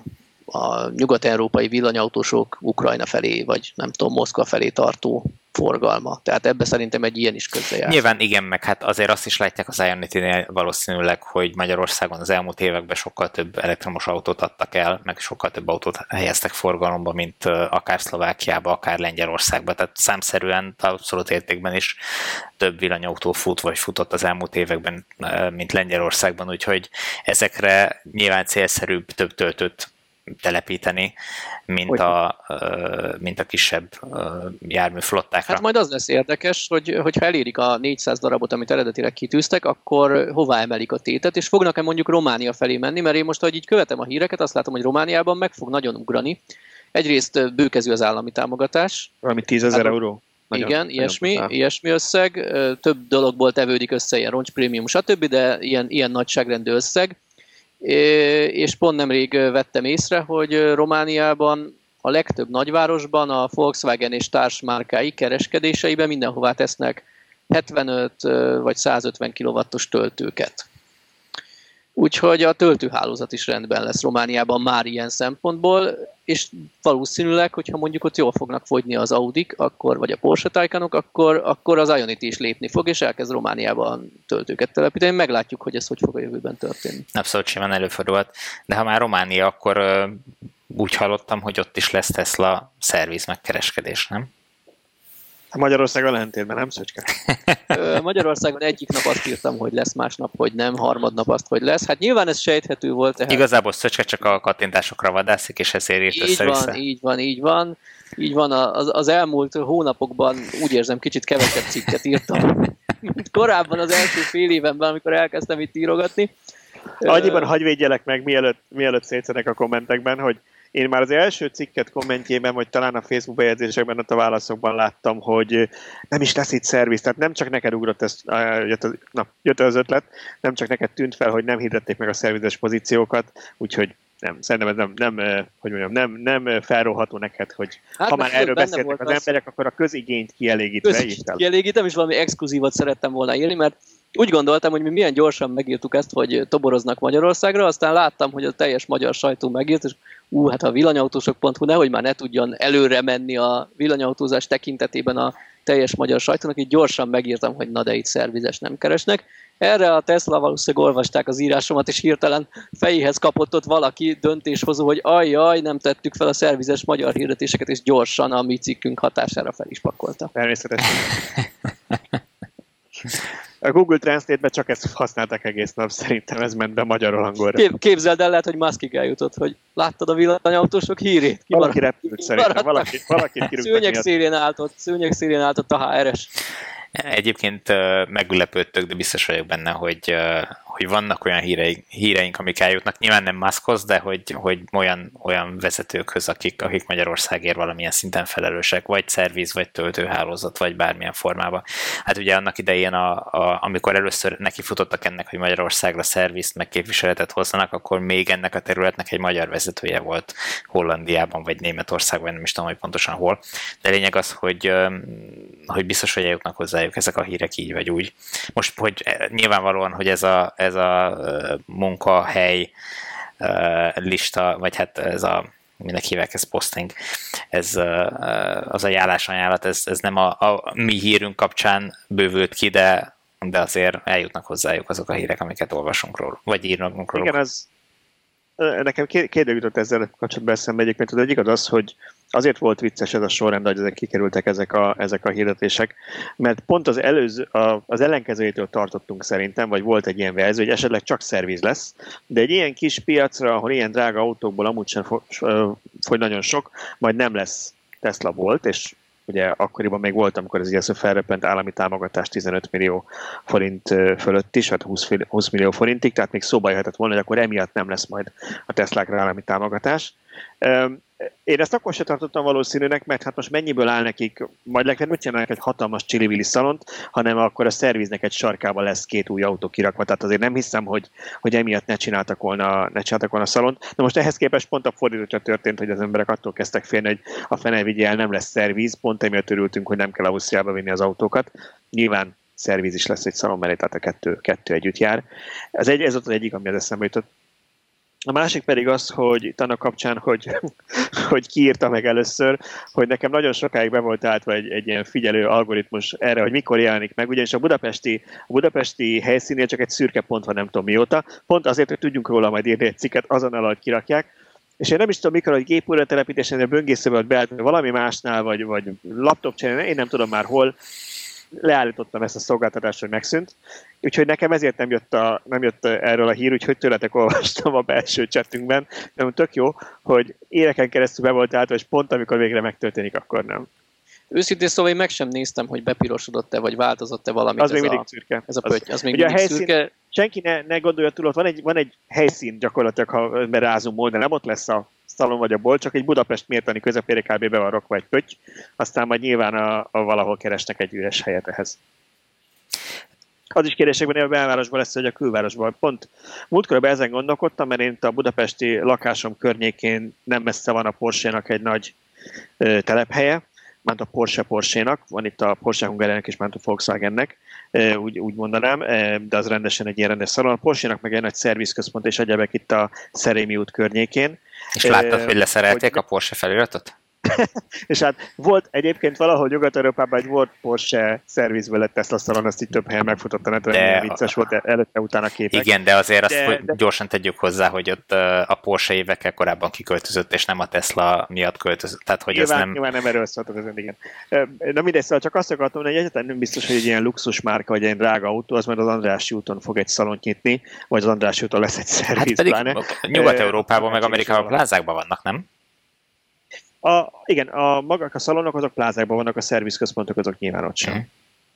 a nyugat-európai villanyautósok Ukrajna felé, vagy nem tudom, Moszkva felé tartó forgalma. Tehát ebbe szerintem egy ilyen is közrejár. Nyilván igen, meg hát azért azt is látják az Ionity-nél valószínűleg, hogy Magyarországon az elmúlt években sokkal több elektromos autót adtak el, meg sokkal több autót helyeztek forgalomba, mint akár Szlovákiába, akár Lengyelországba. Tehát számszerűen, abszolút értékben is több villanyautó fut, vagy futott az elmúlt években, mint Lengyelországban, úgyhogy ezekre nyilván célszerűbb több töltőt telepíteni, mint a, mint a kisebb járműflottákra. Hát majd az lesz érdekes, hogy, hogyha elérik a négyszáz darabot, amit eredetileg kitűztek, akkor hová emelik a tétet, és fognak-e mondjuk Románia felé menni, mert én most, ahogy így követem a híreket, azt látom, hogy Romániában meg fog nagyon ugrani. Egyrészt bőkezű az állami támogatás. Valami tízezer euró? Nagyon, igen, nagyon ilyesmi, ilyesmi összeg. Több dologból tevődik össze, ilyen roncsprémium, stb., de ilyen, ilyen nagyságrendű összeg. És pont nemrég vettem észre, hogy Romániában a legtöbb nagyvárosban a Volkswagen és társmárkái kereskedéseiben mindenhová tesznek hetvenöt vagy százötven kilowattos töltőket. Úgyhogy a töltőhálózat is rendben lesz Romániában már ilyen szempontból, és valószínűleg, hogyha mondjuk ott jól fognak fogyni az Audik, akkor, vagy a Porsche Taycanok, akkor, akkor az Ionity is lépni fog, és elkezd Romániában töltőket telepíteni. Meglátjuk, hogy ez hogy fog a jövőben történni. Abszolút simán előfordulhat. De ha már Románia, akkor uh, úgy hallottam, hogy ott is lesz Tesla szerviz megkereskedés, nem? Magyarországon ellentétben, nem Szöcske? Magyarországon egyik nap azt írtam, hogy lesz, másnap, hogy nem, harmadnap azt, hogy lesz. Hát nyilván ez sejthető volt. Tehát... Igazából Szöcske csak a kattintásokra vadászik, és ezért írt össze-vissza. Van, így van, így van. Így van, az, az elmúlt hónapokban úgy érzem, kicsit kevesebb cikket írtam, mint korábban az első fél évenben, amikor elkezdtem itt írogatni. Annyiban hagyj védjelek meg, mielőtt, mielőtt szétszenek a kommentekben, hogy én már az első cikket kommentjében, vagy talán a Facebook bejegyzésekben, ott a válaszokban láttam, hogy nem is lesz itt szerviz, tehát nem csak neked ugrott ez, jött az, na, jött az ötlet, nem csak neked tűnt fel, hogy nem hirdették meg a szervizes pozíciókat, úgyhogy nem, szerintem ez nem, nem, hogy mondjam, nem, nem felróható neked, hogy hát ha már erről beszéltek az, az emberek, akkor a közigényt kielégítve. Közigényt kielégítem, és valami exkluzívat szerettem volna írni, mert úgy gondoltam, hogy mi milyen gyorsan megírtuk ezt, hogy toboroznak Magyarországra, aztán láttam, hogy a teljes magyar sajtó megírt, és ú, hát a villanyautósok pont hu nehogy már ne tudjon előre menni a villanyautózás tekintetében a teljes magyar sajtónak, így gyorsan megírtam, hogy na de itt szervizes nem keresnek. Erre a Tesla valószínűleg olvasták az írásomat, és hirtelen fejéhez kapott ott valaki döntéshozó, hogy ajjaj, nem tettük fel a szervizes magyar hirdetéseket, és gyorsan a mi cikkünk hatására fel is pakolta. Természetesen. A Google Translate-ben csak ezt használták egész nap, szerintem ez ment be magyarul angolra. Kép, képzeld el, lehet, hogy Muskig eljutott, hogy láttad a villanyautósok hírét? Ki valaki repült szerintem, valaki, valaki kirúgtak szőnyeg szélén álltott, szőnyeg szélén álltott a há er es. Egyébként meglepődtök, de biztos vagyok benne, hogy, hogy vannak olyan híreink, híreink, amik eljutnak. Nyilván nem Muskhoz, de hogy, hogy olyan, olyan vezetőkhöz, akik, akik Magyarországért valamilyen szinten felelősek, vagy szerviz, vagy töltőhálózat, vagy bármilyen formában. Hát ugye annak idején, a, a, amikor először nekifutottak ennek, hogy Magyarországra szervizt, meg képviseletet hozzanak, akkor még ennek a területnek egy magyar vezetője volt Hollandiában, vagy Németországban, nem is tudom, hogy pontosan hol. De lényeg az, hogy, hogy biztos, hogy eljutnak hozzájuk ezek a hírek így vagy úgy. Most, hogy nyilvánvalóan, hogy ez a, ez a munkahely lista, vagy hát ez a, minek hívják, ez posting, ez az ajánlás-ajánlat, ez, ez nem a, a mi hírünk kapcsán bővült ki, de, de azért eljutnak hozzájuk azok a hírek, amiket olvasunk róla, vagy írnak róla. Igen, az nekem két dolog jutott ezzel kapcsolatban eszembe egyébként. Az egyik az az, hogy azért volt vicces ez a sorrend, hogy ezek kikerültek ezek a, ezek a hirdetések, mert pont az előző, a, az ellenkezőjétől tartottunk szerintem, vagy volt egy ilyen verzió, hogy esetleg csak szerviz lesz, de egy ilyen kis piacra, ahol ilyen drága autókból amúgy sem fogy nagyon sok, majd nem lesz Tesla volt, és ugye akkoriban még volt, amikor ez ilyen felrepent állami támogatás tizenöt millió forint fölött is, vagy húsz millió forintig, tehát még szóba jöhetett volna, hogy akkor emiatt nem lesz majd a Teslákra állami támogatás. Én ezt akkor sem tartottam valószínűnek, mert hát most mennyiből áll nekik, majd legfeljebb úgy csinálnak egy hatalmas csili-vili szalont, hanem akkor a szerviznek egy sarkában lesz két új autó kirakva, tehát azért nem hiszem, hogy, hogy emiatt ne csináltak volna, ne csináltak volna szalont. De most ehhez képest pont a fordítottja történt, hogy az emberek attól kezdtek félni, hogy a fene vigye el, nem lesz szerviz, pont emiatt örültünk, hogy nem kell Ausztriába vinni az autókat. Nyilván szerviz is lesz egy szalon mellé, tehát a kettő, kettő együtt jár. Ez, egy, ez ott az egyik, ami az eszembe jutott. A másik pedig az, hogy itt annak kapcsán, hogy, hogy ki írta meg először, hogy nekem nagyon sokáig be volt állítva egy, egy ilyen figyelő algoritmus erre, hogy mikor jelenik meg, ugyanis a budapesti, a budapesti helyszínnél csak egy szürke pont van, nem tudom mióta, pont azért, hogy tudjunk róla majd írni egy cikket azonnal, hogy kirakják. És én nem is tudom, mikor, hogy gépújra telepítésnél böngészőbe volt beállt, valami másnál, vagy, vagy laptop cserélni, én nem tudom már hol, leállítottam ezt a szolgáltatást, hogy megszűnt. Úgyhogy nekem ezért nem jött, a, nem jött erről a hír, úgyhogy tőletek olvastam a belső chatünkben. De tök jó, hogy éveken keresztül be volt állítva, és pont amikor végre megtörténik, akkor nem. Őszintén szóval én meg sem néztem, hogy bepirosodott-e, vagy változott-e valami. Az még mindig a, szürke. Ez a pötty, az még ugye mindig a helyszín, szürke. Senki ne, ne gondolja túl, ott van egy, van egy helyszín gyakorlatilag, ha rázumol, de nem ott lesz a szalon vagy a bolt, csak egy Budapest mértani közepére kb. Be van rakva egy pötty, aztán majd nyilván a, a valahol keresnek egy üres helyet ehhez. Az is kérdésekben, hogy a belvárosban lesz, hogy a külvárosban. Pont múltkor ezen gondolkodtam, mert én a budapesti lakásom környékén nem messze van a Porsche-nak egy nagy ö, telephelye, ment a Porsche Porsche-nak, van itt a Porsche Hungaryának és ment a Volkswagennek, úgy, úgy mondanám, de az rendesen egy ilyen rendes szalon. A Porsche-nak meg egy nagy szervizközpont és egyebek itt a Szerémi út környékén. És láttad, hogy leszerelték hogy... a Porsche feliratot? És hát volt egyébként valahol Nyugat-Európában egy volt Porsche szervizből lett Tesla szalon, azt így több helyen megfutott a neten, de vicces volt előtte-utána képek. Igen, de azért azt de, de... gyorsan tegyük hozzá, hogy ott a Porsche évekkel korábban kiköltözött, és nem a Tesla miatt költözött. Tehát, hogy nyilván, ez nem... nyilván nem erről szóltak ezen, igen. Na mindegy, szóval csak azt akartam mondani, hogy egyáltalán nem biztos, hogy egy ilyen luxus márka, vagy egy drága autó, az majd az Andrássy úton fog egy szalont nyitni, vagy az Andrássy úton lesz egy szerviz. Hát pedig Nyugat-Európában, meg Amerikában plázákban vannak, nem? A, igen, a magak a szalonok, azok plázákban vannak, a szervizközpontok, azok nyilván ott sem.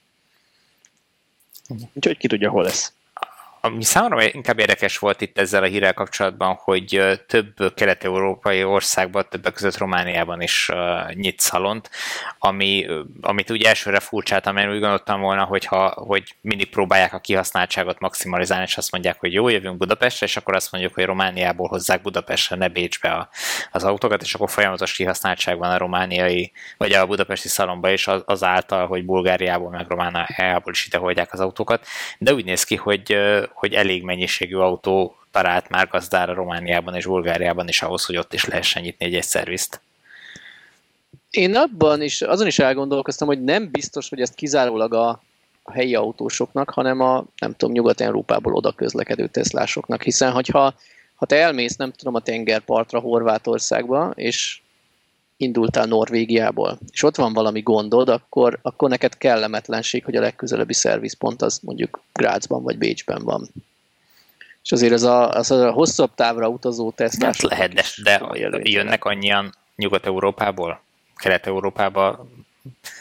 Mm. Úgyhogy ki tudja, hol lesz. Ami számomra inkább érdekes volt itt ezzel a hírrel kapcsolatban, hogy több kelet-európai országban, többek között Romániában is uh, nyit szalont, ami, amit úgy elsőre furcsáltam, mert úgy gondoltam volna, hogy, ha, hogy mindig próbálják a kihasználtságot maximalizálni, és azt mondják, hogy jó, jövünk Budapestre, és akkor azt mondjuk, hogy Romániából hozzák Budapestre, ne Bécsbe a, az autókat, és akkor folyamatos kihasználtság van a romániai, vagy a budapesti szalonban is azáltal, hogy Bulgáriából, meg Romániából is ide holdják az autókat, de úgy néz ki, hogy hogy elég mennyiségű autó talált már gazdára Romániában és Bulgáriában is ahhoz, hogy ott is lehessen nyitni egy-egy szervizt. Én abban is, azon is elgondolkoztam, hogy nem biztos, hogy ezt kizárólag a, a helyi autósoknak, hanem a, nem tudom, Nyugat-Európából oda közlekedő teszlásoknak, hiszen hogyha ha te elmész, nem tudom, a tengerpartra Horvátországba, és indultál Norvégiából, és ott van valami gondod, akkor, akkor neked kellemetlenség, hogy a legközelebbi szervizpont az mondjuk Grazban vagy Bécsben van. És azért az a, az a hosszabb távra utazó tesztlás... Hát lehet, de, de jönnek annyian Nyugat-Európából, Kelet-Európába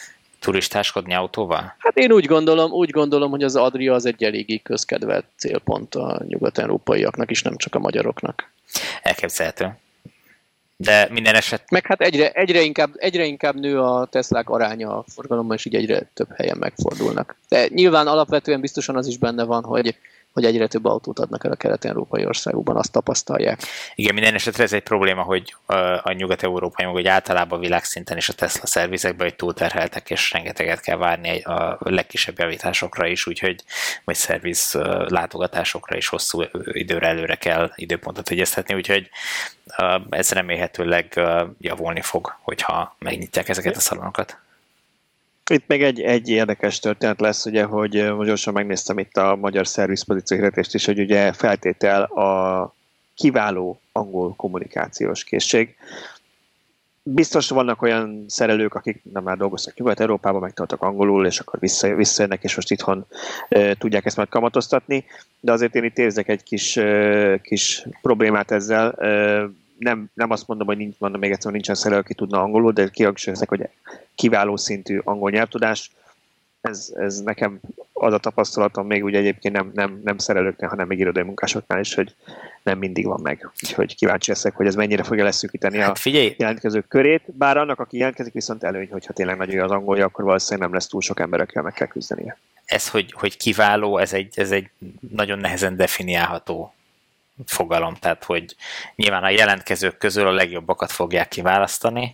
turistáskodni autóval? Hát én úgy gondolom, úgy gondolom, hogy az Adria az egy eléggé közkedvelt célpont a nyugat-európaiaknak is, nem csak a magyaroknak. Elképzelhető. De minden eset... Meg hát egyre, egyre, inkább, egyre inkább nő a Teslák aránya a forgalomban, és így egyre több helyen megfordulnak. De nyilván alapvetően biztosan az is benne van, hogy hogy egyre több autót adnak el a kelet-európai országokban, azt tapasztalják. Igen, minden esetre ez egy probléma, hogy a nyugat-európai, meg hogy általában világszinten is a Tesla szervizekben, hogy túlterheltek, és rengeteget kell várni a legkisebb javításokra is, úgyhogy vagy szerviz látogatásokra is hosszú időre előre kell időpontot egyeztetni, úgyhogy ez remélhetőleg javulni fog, hogyha megnyitják ezeket a szalonokat. Itt még egy, egy érdekes történet lesz, ugye, hogy most gyorsan megnéztem itt a magyar szervizpozíció hirdetést is, hogy ugye feltétel a kiváló angol kommunikációs készség. Biztos vannak olyan szerelők, akik nem már dolgoztak Nyugat-Európában, megtanultak angolul, és akkor vissza, visszajönnek, és most itthon e, tudják ezt majd kamatoztatni, de azért én itt érzek egy kis, e, kis problémát ezzel. E, nem, nem azt mondom, hogy nincs, mondom még egyszer, nincsen szerelő, aki tudna angolul, de kihangsúlyoznak, hogy kiváló szintű angol nyelvtudás. Ez, ez nekem az a tapasztalatom még ugye egyébként nem, nem, nem szerelőknél, hanem még irodai munkásoknál is, hogy nem mindig van meg. Úgyhogy kíváncsi leszek, hogy ez mennyire fogja leszűkíteni hát a jelentkezők körét. Bár annak, aki jelentkezik, viszont előny, hogyha tényleg nagyon az angolja, akkor valószínűleg nem lesz túl sok ember, akivel meg kell küzdenie. Ez, hogy, hogy kiváló, ez egy, ez egy nagyon nehezen definiálható fogalom, tehát hogy nyilván a jelentkezők közül a legjobbakat fogják kiválasztani,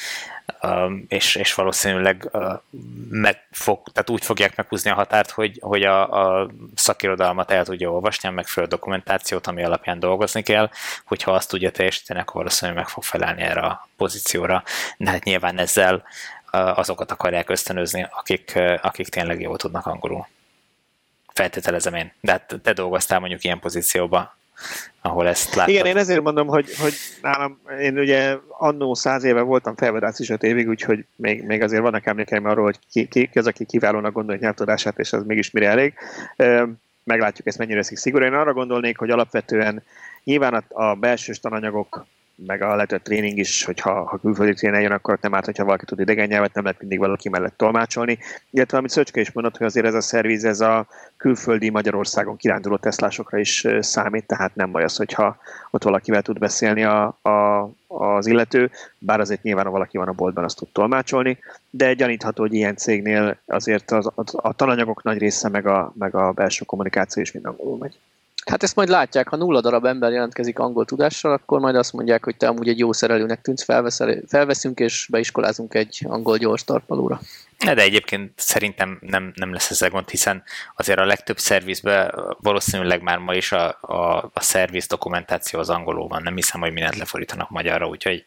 és, és valószínűleg meg fog, tehát úgy fogják meghúzni a határt, hogy, hogy a, a szakirodalmat el tudja olvasni, a megfelelő dokumentációt, ami alapján dolgozni kell, hogyha azt tudja teljesíteni, akkor valószínűleg meg fog felelni erre a pozícióra. De hát nyilván ezzel azokat akarják ösztönözni, akik, akik tényleg jól tudnak angolul. Feltételezem én. De hát te dolgoztál mondjuk ilyen pozícióban, ahol ezt láttad. Igen, én ezért mondom, hogy, hogy nálam, én ugye annó száz éve voltam felvadász is öt évig, úgyhogy még, még azért vannak emlékeim arról, hogy ki, ki, ki az, aki kiválónak gondolja nyelvtudását, és az mégis mire elég. Meglátjuk ezt mennyire eszik szigorú. Én arra gondolnék, hogy alapvetően nyilván a, a belsős tananyagok, meg a lehetett tréning is, hogyha ha külföldi tréner jön, akkor nem árt, hogyha valaki tud idegen nyelvet, nem lehet mindig valaki mellett tolmácsolni. Illetve amit Szöcske is mondott, hogy azért ez a szerviz, ez a külföldi Magyarországon kiránduló teszlásokra is számít, tehát nem baj az, hogyha ott valakivel tud beszélni a, a, az illető, bár azért nyilván, ha valaki van a boltban, azt tud tolmácsolni, de gyanítható, hogy ilyen cégnél azért az, a, a tananyagok nagy része, meg a, meg a belső kommunikáció is mind angolul megy. Hát ezt majd látják, ha nulla darab ember jelentkezik angol tudással, akkor majd azt mondják, hogy te amúgy egy jó szerelőnek tűnsz, felveszünk és beiskolázunk egy angol gyors tarpalóra. De egyébként szerintem nem, nem lesz ezzel gond, hiszen azért a legtöbb szervizben valószínűleg már ma is a, a, a szerviz dokumentáció az angolul van. Nem hiszem, hogy mindent lefordítanak magyarra, úgyhogy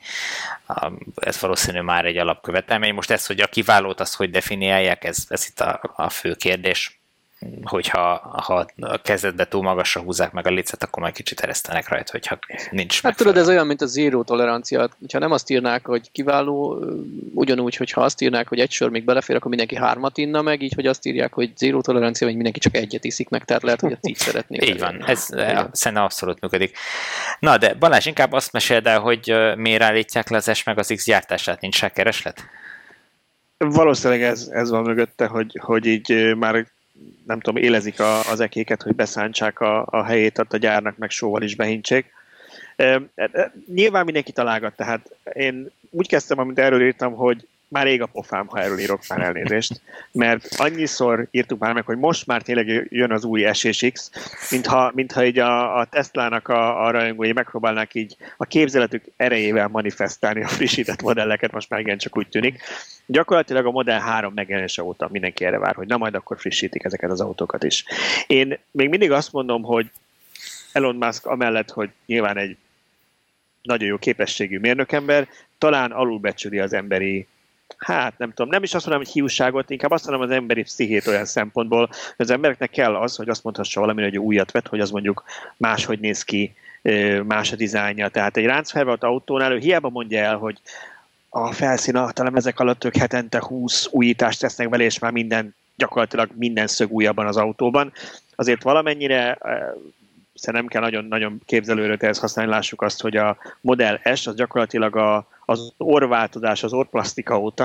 ez valószínű már egy alapkövetelmény. Most ez, hogy a kiválót azt, hogy definiálják, ez, ez itt a, a fő kérdés. Hogyha ha a kezdetben túl magasra húzzák meg a lécet, akkor majd kicsit eresztenek rajta, hogyha nincs hát tudod, ez olyan, mint a zéró tolerancia. Ha nem azt írnák, hogy kiváló, ugyanúgy, hogyha azt írnák, hogy egy sör még belefér, akkor mindenki hármat inna meg, így, hogy azt írják, hogy zéró tolerancia, vagy mindenki csak egyet iszik meg, tehát lehet, hogy ezt így szeretnék. Így van, ez szerintem abszolút működik. Na, de Balázs, inkább azt meséld el, hogy miért állítják le az S meg az X gyártását, nincs rá kereslet? Valószínűleg ez, ez van mögötte, hogy, hogy így már nem tudom, élezik a, az ekéket, hogy beszántsák a, a helyét a gyárnak, meg sóval is behintsék. E, e, nyilván mindenki találgat, tehát én úgy kezdtem, amit erről írtam, hogy már ég a pofám, ha erről írok már elnézést, mert annyiszor írtuk már meg, hogy most már tényleg jön az új S és X, mintha, mintha így a, a Teslának a, a rajongói megpróbálnák így a képzeletük erejével manifestálni a frissített modelleket, most már igen csak úgy tűnik. Gyakorlatilag a Model három megjelenése óta mindenki erre vár, hogy na majd akkor frissítik ezeket az autókat is. Én még mindig azt mondom, hogy Elon Musk amellett, hogy nyilván egy nagyon jó képességű mérnökember, talán alulbecsüli az emberi, hát nem tudom, nem is azt mondom, hogy hiúságot, inkább azt mondom az emberi pszichét olyan szempontból, hogy az embereknek kell az, hogy azt mondhassa valamire, hogy újat vett, hogy az mondjuk máshogy néz ki, más a dizájnja. Tehát egy ráncfelvett autónál ő hiába mondja el, hogy a felszín alatt, alatt ők hetente húsz újítást tesznek vele, és már minden, gyakorlatilag minden szög újabban az autóban. Azért valamennyire szerintem nem kell nagyon-nagyon képzelőről ezt használni, lássuk azt, hogy a Model S az gyakorlatilag a, az orrváltozás az orrplasztika óta,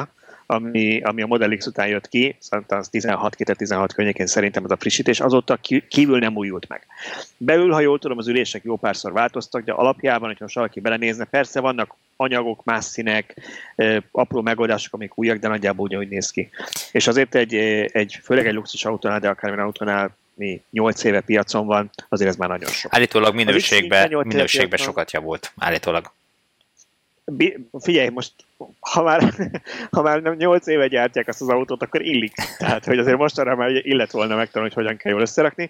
ami, ami a Model X után jött ki, szerintem az tizenhat kétezer-tizenhat környékén szerintem ez a frissítés, azóta kívül nem újult meg. Belül, ha jól tudom, az ülések jó párszor változtak, de alapjában, hogyha most valaki belenézne, persze vannak anyagok, más színek, apró megoldások, amik újak, de nagyjából ugyanúgy néz ki. És azért egy, egy főleg egy luxus autónál, de akármilyen autónál mi nyolc éve piacon van, azért ez már nagyon sok. Állítólag minőségben minőségbe sokat javult, állítólag. Figyelj, most ha már, ha már nem nyolc éve gyártják azt az autót, akkor illik. Tehát, hogy azért mostanra már illet volna megtanulni, hogy hogyan kell jól összerakni.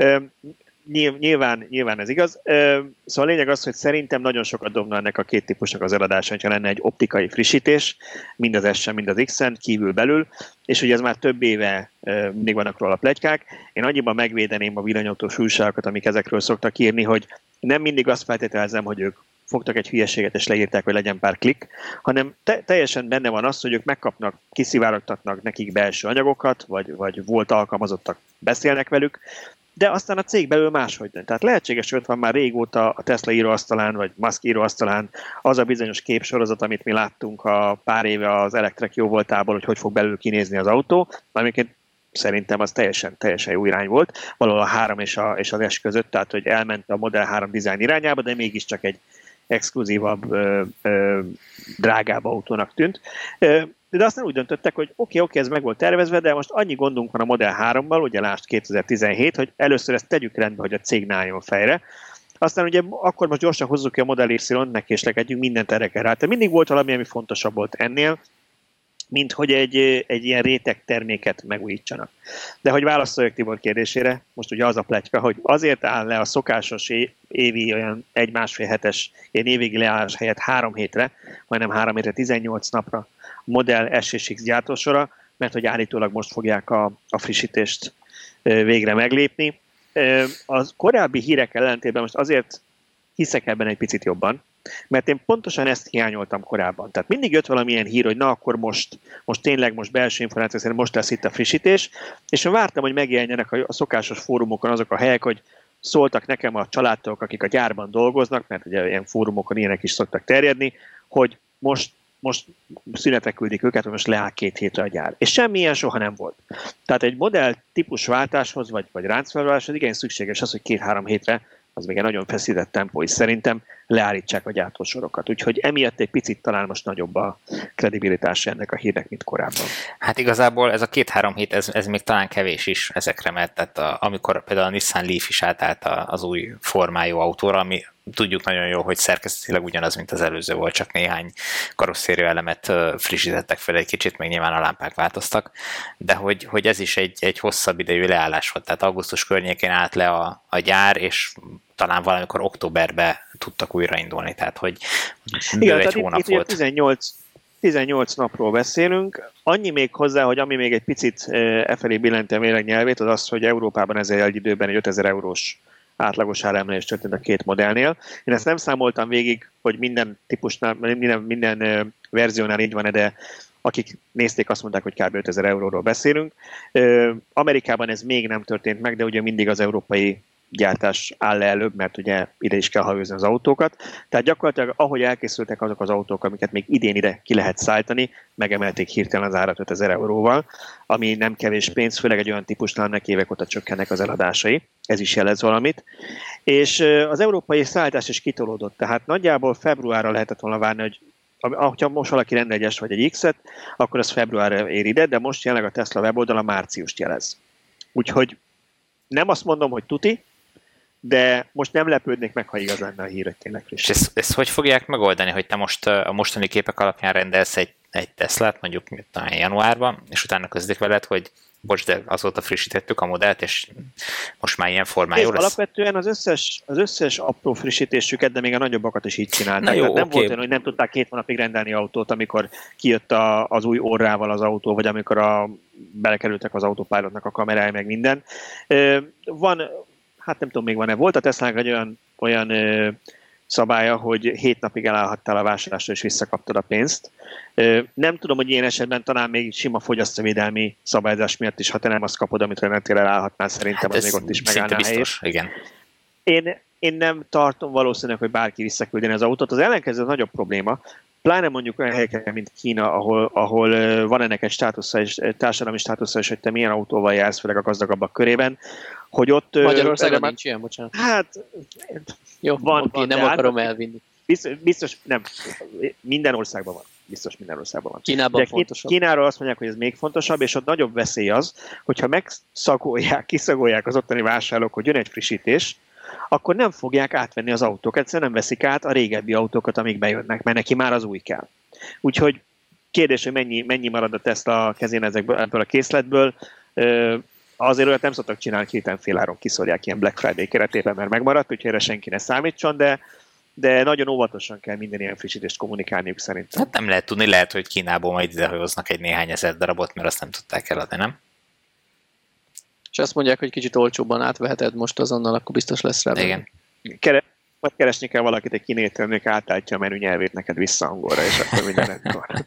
Nyilván, nyilván ez igaz. Szóval a lényeg az, hogy szerintem nagyon sokat dobna ennek a két típusnak az eladása, ha lenne egy optikai frissítés, mind az S-en, mind az X-en, kívül belül, és ugye ez már több éve mindig vannak róla pletykák. Én annyiban megvédeném a villanyautós újságokat, amik ezekről szoktak írni, hogy nem mindig azt feltételezem, hogy ők fogtak egy hülyeséget és leírták, hogy legyen pár klik, hanem te- teljesen benne van az, hogy ők megkapnak, kiszivárogtatnak nekik belső anyagokat, vagy, vagy volt alkalmazottak, beszélnek velük, de aztán a cég belül máshogy dönt. Tehát lehetséges, hogy ott van már régóta a Tesla íróasztalán, vagy Musk íróasztalán az a bizonyos képsorozat, amit mi láttunk a pár éve az Electrek jó voltából, hogy hogy fog belül kinézni az autó, amiket szerintem az teljesen, teljesen jó irány volt, valahol a három és, a, és az S között, tehát hogy elment a Model három dizájn irányába, de mégiscsak egy exkluzívabb, ö, ö, drágább autónak tűnt. Ö, de aztán úgy döntöttek, hogy oké, okay, oké, okay, ez meg volt tervezve, de most annyi gondunk van a Model hárommal, ugye lásd kétezer-tizenhét, hogy először ezt tegyük rendbe, hogy a cég ne álljon fejre. Aztán ugye akkor most gyorsan hozzuk ki a Model Y-t, megkéslekedjünk, mindent erre kell rá. Tehát mindig volt valami, ami fontosabb volt ennél, mint hogy egy, egy ilyen réteg terméket megújítsanak. De hogy válaszoljak Tibor kérdésére, most ugye az a pletyka, hogy azért áll le a szokásos évi olyan egy-másfél hetes, ilyen évvégi leállás helyett három hétre, majdnem három hétre, tizennyolc napra Model S és X gyártósora, mert hogy állítólag most fogják a, a frissítést végre meglépni. Az korábbi hírek ellentétben most azért hiszek ebben egy picit jobban, mert én pontosan ezt hiányoltam korábban. Tehát mindig jött valamilyen hír, hogy na akkor most, most tényleg most belső információ szerint most lesz itt a frissítés, és én vártam, hogy megjelenjenek a szokásos fórumokon azok a helyek, hogy szóltak nekem a családtagok, akik a gyárban dolgoznak, mert ugye ilyen fórumokon ilyenek is szoktak terjedni, hogy most, most szünetre küldik őket, hogy most leáll két hétre a gyár. És semmilyen soha nem volt. Tehát egy modell típus váltáshoz, vagy, vagy ráncfelváláshoz igen szükséges az, hogy két-három hétre, az még egy nagyon feszített tempó is szerintem, leállítsák a gyártósorokat. Úgyhogy emiatt egy picit talán most nagyobb a kredibilitása ennek a hírnek, mint korábban. Hát igazából ez a két-három hét, ez, ez még talán kevés is ezekre, mert tehát a, amikor például a Nissan Leaf is átállt az új formájú autóra, ami tudjuk nagyon jó, hogy szerkezetileg ugyanaz, mint az előző volt, csak néhány karosszéria elemet frissítettek fel egy kicsit, még nyilván a lámpák változtak, de hogy, hogy ez is egy, egy hosszabb idejű leállás volt, tehát augusztus környékén állt le a, a gyár, és talán valamikor októberben tudtak újraindulni, tehát hogy igen, egy tehát hónap itt, itt volt. tizennyolc, tizennyolc napról beszélünk. Annyi még hozzá, hogy ami még egy picit e felé billenti a méreg nyelvét, az az, hogy Európában ezzel egy időben egy ötezer eurós átlagos áremelés történt a két modellnél. Én ezt nem számoltam végig, hogy minden típusnál, minden, minden verziónál így van, de akik nézték, azt mondták, hogy kb. ötezer euróról beszélünk. Amerikában ez még nem történt meg, de ugye mindig az európai gyártás áll le előbb, mert ugye ide is kell hajózni az autókat. Tehát gyakorlatilag, ahogy elkészültek azok az autók, amiket még idén ide ki lehet szállítani, megemelték hirtelen az árat ötezer euróval, ami nem kevés pénz, főleg egy olyan típusnál, aminek évek óta csökkennek az eladásai. Ez is jelez valamit. És az európai szállítás is kitolódott, tehát nagyjából februárra lehetett volna várni, hogy ha most valaki rendel egy S vagy egy X-et, akkor az februárra ér ide, de most jelenleg a Tesla weboldala márciust jelez. Úgyhogy nem azt mondom, hogy tuti, de most nem lepődnék meg, ha igaz lenne a hír, hogy tényleg friss. És ezt, ezt hogy fogják megoldani, hogy te most a mostani képek alapján rendelsz egy, egy Teslát, mondjuk talán januárban, és utána közlik veled, hogy bocs, de azóta frissítettük a modellt, és most már ilyen formájú lesz. Alapvetően az összes, az összes apró frissítésüket, de még a nagyobbakat is így csinálták. Jó, nem okay. volt olyan, hogy nem tudták két hónapig rendelni autót, amikor kijött a, az új orrával az autó, vagy amikor a, belekerültek az autopilotnak a kamerái, meg minden. Van, hát nem tudom, még van-e. Volt a Teslának egy olyan, olyan szabálya, hogy hét napig elállhattál a vásárlásra, és visszakaptad a pénzt. Nem tudom, hogy ilyen esetben talán még sima fogyasztóvédelmi szabályozás miatt is, ha te nem azt kapod, amit rendeltél, elállhatnál, szerintem hát az még ott is megállná biztos, igen. Én, én nem tartom valószínűleg, hogy bárki visszaküldeni az autót. Az ellenkező az nagyobb probléma, Pláne mondjuk olyan helyeken, mint Kína, ahol, ahol van ennek egy státusza, és társadalmi státusza, és hogy te milyen autóval jársz, főleg a gazdagabbak körében, hogy ott... Magyarországon nincs ilyen, bocsánat. Hát... Jó, van, oké, van, nem akarom át, elvinni. Biztos, biztos, nem, minden országban van. Biztos minden országban van. Kínában fontosabb. Kínáról azt mondják, hogy ez még fontosabb, és ott nagyobb veszély az, hogyha megszagolják, kiszagolják az ottani vásárlók, hogy jön egy frissítés, akkor nem fogják átvenni az autók. Egyszerűen nem veszik át a régebbi autókat, amik bejönnek, mert neki már az új kell. Úgyhogy kérdés, hogy mennyi, mennyi marad a Tesla a kezén ezekből, ebből a készletből. Azért olyat nem szoktak csinálni, héten féláron kiszorják ilyen Black Friday keretében, mert megmaradt, úgyhogy erre senki ne számítson, de de nagyon óvatosan kell minden ilyen frissítést kommunikálniuk szerintem. Hát nem lehet tudni, lehet, hogy Kínából majd idehoznak egy néhány ezer darabot, mert azt nem tudták eladni, nem? És azt mondják, hogy kicsit olcsóbban átveheted most azonnal, akkor biztos lesz rá. Igen. Kere- majd keresni kell valakit, egy kinételnök átállítja a menü nyelvét neked vissza angolra, és akkor minden rendben.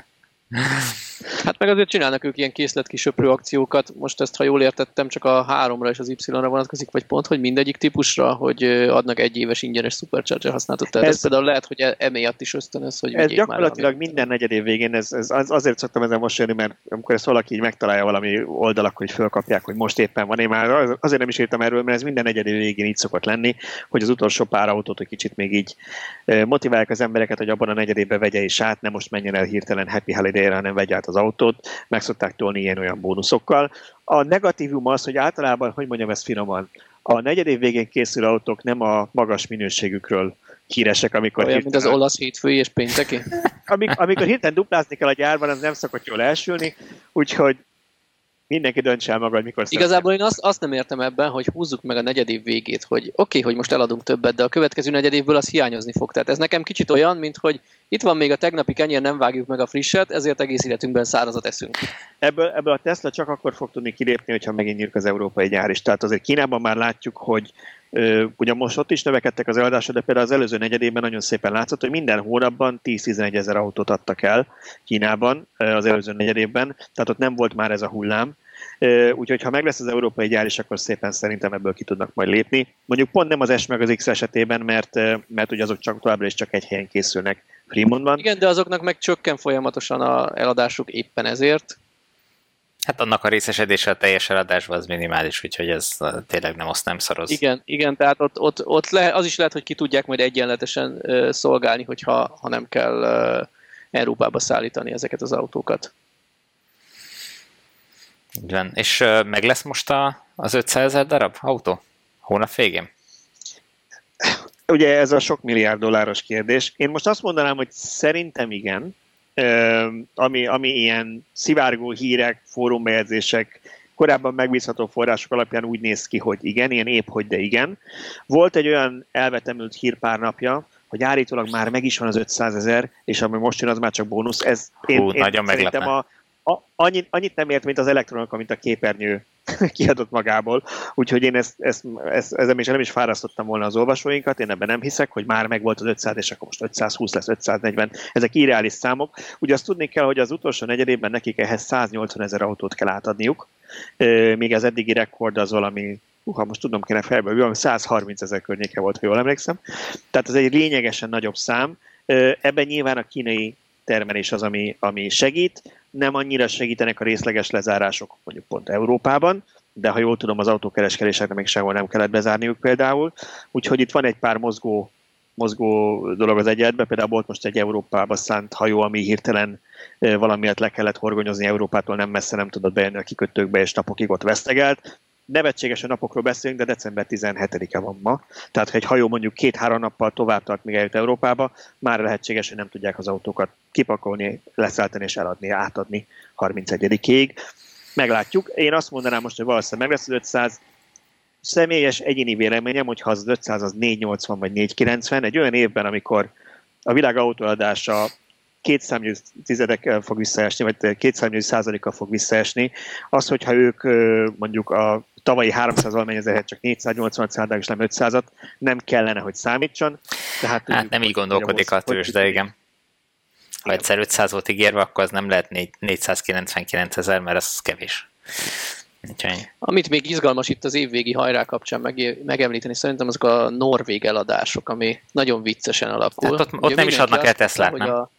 Hát meg azért csinálnak ők ilyen készletkisöprő akciókat, most ezt, ha jól értettem, csak a háromra és az Y-ra vonatkozik, vagy pont, hogy mindegyik típusra, hogy adnak egy éves ingyenes Supercharger használatot. Tehát ez, ez például lehet, hogy emiatt is ösztönöz, hogy ez gyakorlatilag már minden negyedév végén, ez, ez azért szoktam ezen most jönni, mert amikor ezt valaki így megtalálja valami oldalak, hogy fölkapják, hogy most éppen van, én már azért nem is írtam erről, mert ez minden negyedév végén így szokott lenni, hogy az utolsó pár autót, hogy kicsit még így motiválják az embereket, hogy abban a negyedévben vegye is át, nem most menjen el hirtelen Happy Holiday-re, hanem vegye át az autót, meg szokták tolni ilyen-olyan bónuszokkal. A negatívum az, hogy általában, hogy mondjam ezt finoman, a negyedév végén készülő autók nem a magas minőségükről híresek, amikor... Olyan, mint az olasz hétfői és pénteki? Amikor, amikor hirtelen duplázni kell a gyárban, az nem szokott jól elsülni, úgyhogy mindenki döntse el maga, hogy mikor Igazából én azt, azt nem értem ebben, hogy húzzuk meg a negyedév végét, hogy oké, okay, hogy most eladunk többet, de a következő negyedévből az hiányozni fog. Tehát ez nekem kicsit olyan, mint hogy itt van még a tegnapi kenyér, nem vágjuk meg a frisset, ezért egész életünkben szárazat eszünk. Ebből, ebből a Tesla csak akkor fog tudni kilépni, hogyha megint nyílik az európai gyár is. Tehát azért Kínában már látjuk, hogy Uh, ugyan most ott is növekedtek az eladások, de például az előző negyedében nagyon szépen látszott, hogy minden hónapban tíz-tizenegy ezer autót adtak el Kínában uh, az előző negyedében, tehát ott nem volt már ez a hullám. Uh, úgyhogy ha meg lesz az európai gyár is, akkor szépen szerintem ebből ki tudnak majd lépni. Mondjuk pont nem az S meg az X esetében, mert, uh, mert ugye azok csak továbbra is csak egy helyen készülnek Fremontban. Igen, de azoknak meg csökken folyamatosan az eladásuk éppen ezért. Hát annak a részesedése a teljes eladásban az minimális, úgyhogy ez tényleg nem azt nem szaroz. Igen, igen, tehát ott, ott, ott le, az is lehet, hogy ki tudják majd egyenletesen uh, szolgálni, hogyha ha nem kell uh, Európába szállítani ezeket az autókat. Igen. És uh, meg lesz most a, az ötszázezer darab autó? Hónap végén? Ugye ez a sok milliárd dolláros kérdés. Én most azt mondanám, hogy szerintem igen, Ami, ami ilyen szivárgó hírek, fórumbejegyzések, korábban megbízható források alapján úgy néz ki, hogy igen, ilyen épp, hogy de igen. Volt egy olyan elvetemült hír pár napja, hogy állítólag már meg is van az ötszázezer, és ami most jön, az már csak bónusz. Ez Hú, én, nagyon én szerintem a, a, annyit, annyit nem ért, mint az elektronika, mint a képernyő kiadott magából. Úgyhogy én ezt, ezt, ezt, ezzel még nem is fárasztottam volna az olvasóinkat, én ebben nem hiszek, hogy már megvolt az ötszáz, és akkor most ötszázhúsz lesz, ötszáznegyven. Ezek irreális számok. Ugye azt tudni kell, hogy az utolsó negyedében nekik ehhez száznyolcvan ezer autót kell átadniuk, míg az eddigi rekord az valami, ha most tudom kéne felből, valami százharminc ezer környéke volt, ha jól emlékszem. Tehát ez egy lényegesen nagyobb szám. Ebben nyilván a kínai termelés az, ami, ami segít. Nem annyira segítenek a részleges lezárások mondjuk pont Európában, de ha jól tudom, az autókereskedésekre még sehol nem kellett bezárniuk például. Úgyhogy itt van egy pár mozgó, mozgó dolog az egyenletben. Például volt most egy Európába szánt hajó, ami hirtelen valamiatt le kellett horgonyozni Európától, nem messze nem tudott bejönni a kikötőkbe, és napokig ott vesztegelt. Nevetséges a napokról beszélünk, de december tizenhetedike van ma. Tehát, ha egy hajó mondjuk két-három nappal tovább tart, míg eljut Európába, már lehetséges, hogy nem tudják az autókat kipakolni, leszállítani és eladni, átadni harmincegyedikéig. Meglátjuk. Én azt mondanám most, hogy valószínűleg meg lesz az ötszáz. Személyes egyéni véleményem, hogy ha az ötszáz az négyszáznyolcvan vagy négyszázkilencven, egy olyan évben, amikor a világ autóadása kétszámjegyű tizedekkel fog visszaesni, vagy kétszámjegyű százalékkal fog visszaesni, az, hogyha ők mondjuk a tavalyi háromszáz valamennyi csak négyszáznyolcvan százalék és nem ötszázat, nem kellene, hogy számítson. Tehát hát nem így gondolkodik a tőzs, de igen. Ha egyszer ötszáz volt ígérve, akkor az nem lehet négyszázkilencvenkilenc ezer, mert az kevés. Úgyhogy... Amit még izgalmas itt az évvégi hajrá kapcsán meg, megemlíteni, szerintem azok a norvég eladások, ami nagyon viccesen alakul. Hát ott, ott nem is adnak el Teslát, nem? A,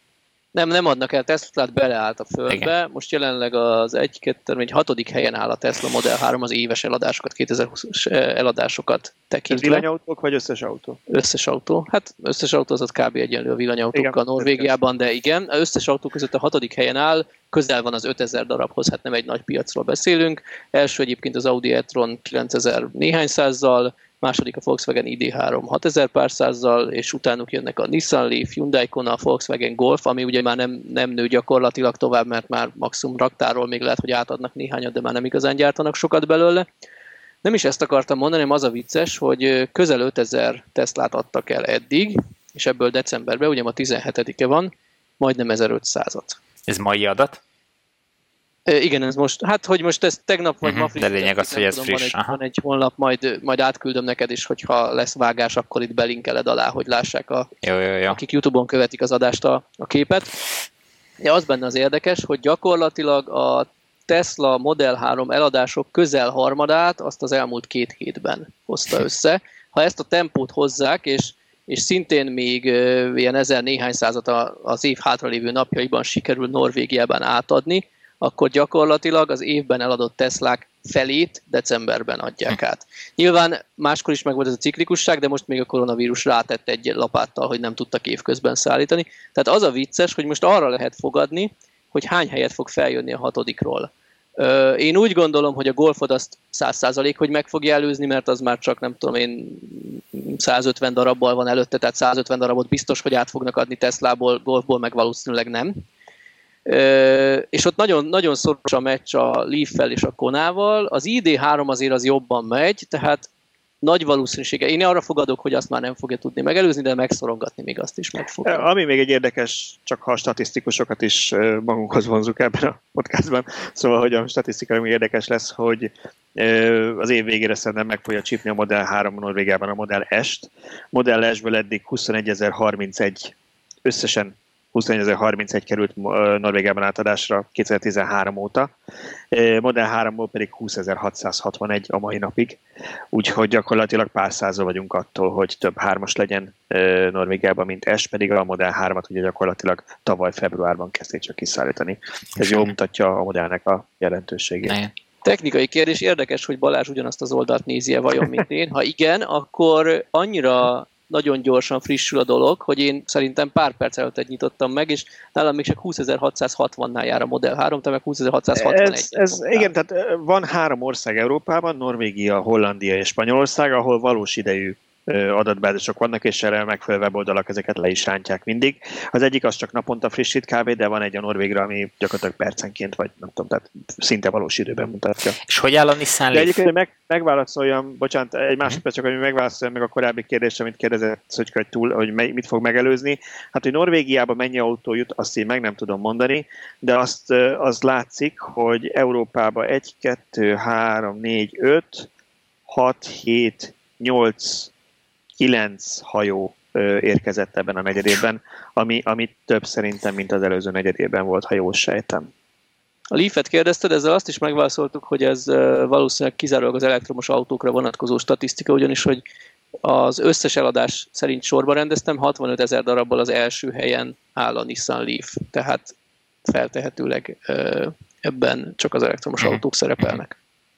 Nem, nem adnak el Teslát, beleállt a földbe. Igen. Most jelenleg az egy kettő egy hatodik helyen áll a Tesla Model három az éves eladásokat, kétezer-húszas eladásokat tekintve. Ez villanyautók vagy összes autó? Összes autó. Hát összes autó az ott kb. Egyenlő a villanyautókkal Norvégiában, de igen. Az összes autó között a hatodik helyen áll, közel van az ötezer darabhoz, hát nem egy nagy piacról beszélünk. Első egyébként az Audi e-tron kilencezer néhány százzal, második a Volkswagen i dé három hatezer pár százzal, és utánuk jönnek a Nissan Leaf, Hyundai Kona, a Volkswagen Golf, ami ugye már nem, nem nő gyakorlatilag tovább, mert már maximum raktáról még lehet, hogy átadnak néhányat, de már nem igazán gyártanak sokat belőle. Nem is ezt akartam mondani, hanem az a vicces, hogy közel ötezer Teslát adtak el eddig, és ebből decemberben, ugye ma tizenhetedike van, majdnem ezerötszázat. Ez mai adat? E, igen, ez most, hát hogy most ez tegnap vagy uh-huh, ma friss. De lényeg az, hogy ez tudom, friss. Van egy, van egy honlap, majd, majd átküldöm neked is, hogyha lesz vágás, akkor itt belinkeled alá, hogy lássák, a, jó, jó, jó. akik YouTube-on követik az adást, a, a képet. Ja, az benne az érdekes, hogy gyakorlatilag a Tesla Model három eladások közel harmadát azt az elmúlt két hétben hozta össze. Ha ezt a tempót hozzák, és, és szintén még uh, ilyen ezer néhány százat az év hátralévő napjaiban sikerül Norvégiában átadni, akkor gyakorlatilag az évben eladott Teslák felét decemberben adják át. Nyilván máskor is megvolt ez a ciklikusság, de most még a koronavírus rátett egy lapáttal, hogy nem tudtak évközben szállítani. Tehát az a vicces, hogy most arra lehet fogadni, hogy hány helyet fog feljönni a hatodikról. Én úgy gondolom, hogy a Golfot azt száz százalék, hogy meg fogja előzni, mert az már csak nem tudom én százötven darabbal van előtte, tehát százötven darabot biztos, hogy át fognak adni Teslából, Golfból meg valószínűleg nem. Uh, és ott nagyon, nagyon szoros a meccs a Leaf-fel és a Konával. Az i dé három azért az jobban megy, tehát nagy valószínűsége. Én arra fogadok, hogy azt már nem fogja tudni megelőzni, de megszorongatni még azt is meg fogja. Ami még egy érdekes, csak ha a statisztikusokat is magunkhoz vonzuk ebben a podcastban, szóval, hogy a statisztika még érdekes lesz, hogy az év végére szerintem meg fogja csípni a Model három Norvégiában a Model S-t. Model S-ből eddig huszonegyezer-harmincegy összesen huszonegyezer harmincegy került Norvégiában átadásra kétezer-tizenhárom óta, Model háromból pedig húszezer-hatszázhatvanegy a mai napig, úgyhogy gyakorlatilag pár százal vagyunk attól, hogy több hármas legyen Norvégiában, mint S, pedig a Model hármat ugye gyakorlatilag tavaly februárban kezdték csak kiszállítani. Ez jól mutatja a modellnek a jelentőségét. Technikai kérdés, érdekes, hogy Balázs ugyanazt az oldalt nézi-e vajon, mint én. Ha igen, akkor annyira nagyon gyorsan frissül a dolog, hogy én szerintem pár perc előtt nyitottam meg, és nálam még csak húszezer-hatszázhatvannál jár a Model három, te meg húszezer-hatszázhatvanegy. Ez, ez, igen, tehát van három ország Európában, Norvégia, Hollandia és Spanyolország, ahol valós idejű adatbázisok vannak, és erre megfelelő weboldalak ezeket le is rántják mindig. Az egyik az csak naponta frissít kb, de van egy a Norvégra, ami gyakorlatilag percenként, vagy nem tudom, tehát szinte valós időben mutatja. És hogy áll a Nissan Leaf? De egyébként meg, megválaszoljam, bocsánat, egy másodperc csak, hogy megválaszoljam meg a korábbi kérdést, amit kérdezett Szöcske, hogy, túl, hogy mit fog megelőzni. Hát, hogy Norvégiában mennyi autó jut, azt én meg nem tudom mondani, de azt az látszik, hogy Európában egy, kettő, három, négy, öt, hat, hét, nyolc, kilenc hajó ö, érkezett ebben a negyedében, ami, ami több szerintem, mint az előző negyedében volt, ha jól sejtem. A Leaf-et kérdezted, ezzel azt is megválaszoltuk, hogy ez valószínűleg kizárólag az elektromos autókra vonatkozó statisztika, ugyanis, hogy az összes eladás szerint sorba rendeztem, hatvanöt ezer darabbal az első helyen áll a Nissan Leaf, tehát feltehetőleg ebben csak az elektromos autók szerepelnek.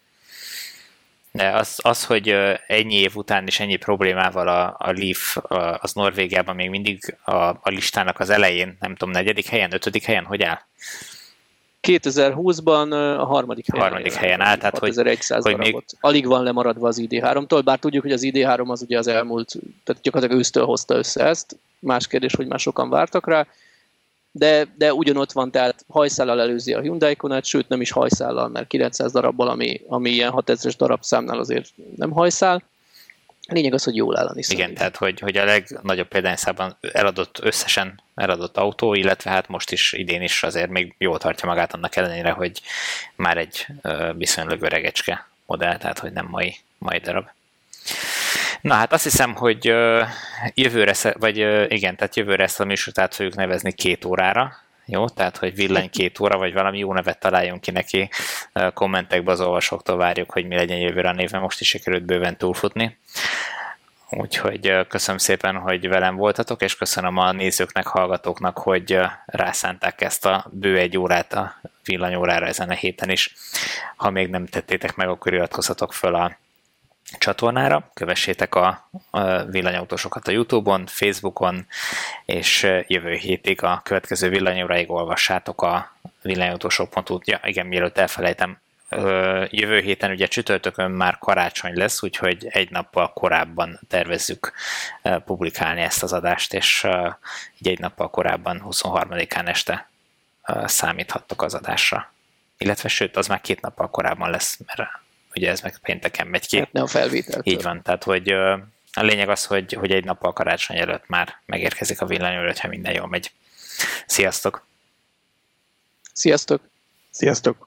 De az, az, hogy ennyi év után is ennyi problémával a, a Leaf az Norvégiában még mindig a, a listának az elején, nem tudom, negyedik helyen, ötödik helyen, hogy áll? kétezer-húszban a harmadik helyen, harmadik helyen áll, tehát hogy, hogy még... alig van lemaradva az i dé háromtól, bár tudjuk, hogy az i dé három az ugye az elmúlt, tehát gyakorlatilag ősztől hozta össze ezt, más kérdés, hogy már sokan vártak rá, de, de ugyanott van, tehát hajszállal előzi a Hyundai Konát, sőt nem is hajszállal, mert kilencszáz darabból, ami, ami ilyen hatezres darabszámnál azért nem hajszál. A lényeg az, hogy jól áll a Nissan. Igen, tehát hogy, hogy a legnagyobb példányszában eladott összesen eladott autó, illetve hát most is idén is azért még jól tartja magát annak ellenére, hogy már egy viszonylag öregecske modell, tehát hogy nem mai, mai darab. Na hát azt hiszem, hogy jövőre, vagy igen, tehát jövőre ezt a műsort át fogjuk nevezni két órára. Jó, tehát, hogy villany két óra, vagy valami jó nevet találjunk ki neki. Kommentekbe az olvasóktól várjuk, hogy mi legyen jövőre a név, mert most is sikerült bőven túlfutni. Úgyhogy köszönöm szépen, hogy velem voltatok, és köszönöm a nézőknek, hallgatóknak, hogy rászánták ezt a bő egy órát a villanyórára ezen a héten is. Ha még nem tettétek meg, akkor iratkozzatok föl a csatornára, kövessétek a, a villanyautósokat a YouTube-on, Facebookon, és jövő hétig a következő villanyóráig olvassátok a villanyautósok pont hu. Ja, igen, mielőtt elfelejtem, jövő héten ugye csütörtökön már karácsony lesz, úgyhogy egy nappal korábban tervezzük publikálni ezt az adást, és így egy nappal korábban, huszonharmadikán este számíthattok az adásra. Illetve sőt, az már két nappal korábban lesz, mert ugye ez meg pénteken megy ki. Hát ne a felvételtől. Így van, tehát hogy a lényeg az, hogy, hogy egy nappal karácsony előtt már megérkezik a villanyóra, ha minden jól megy. Sziasztok! Sziasztok! Sziasztok!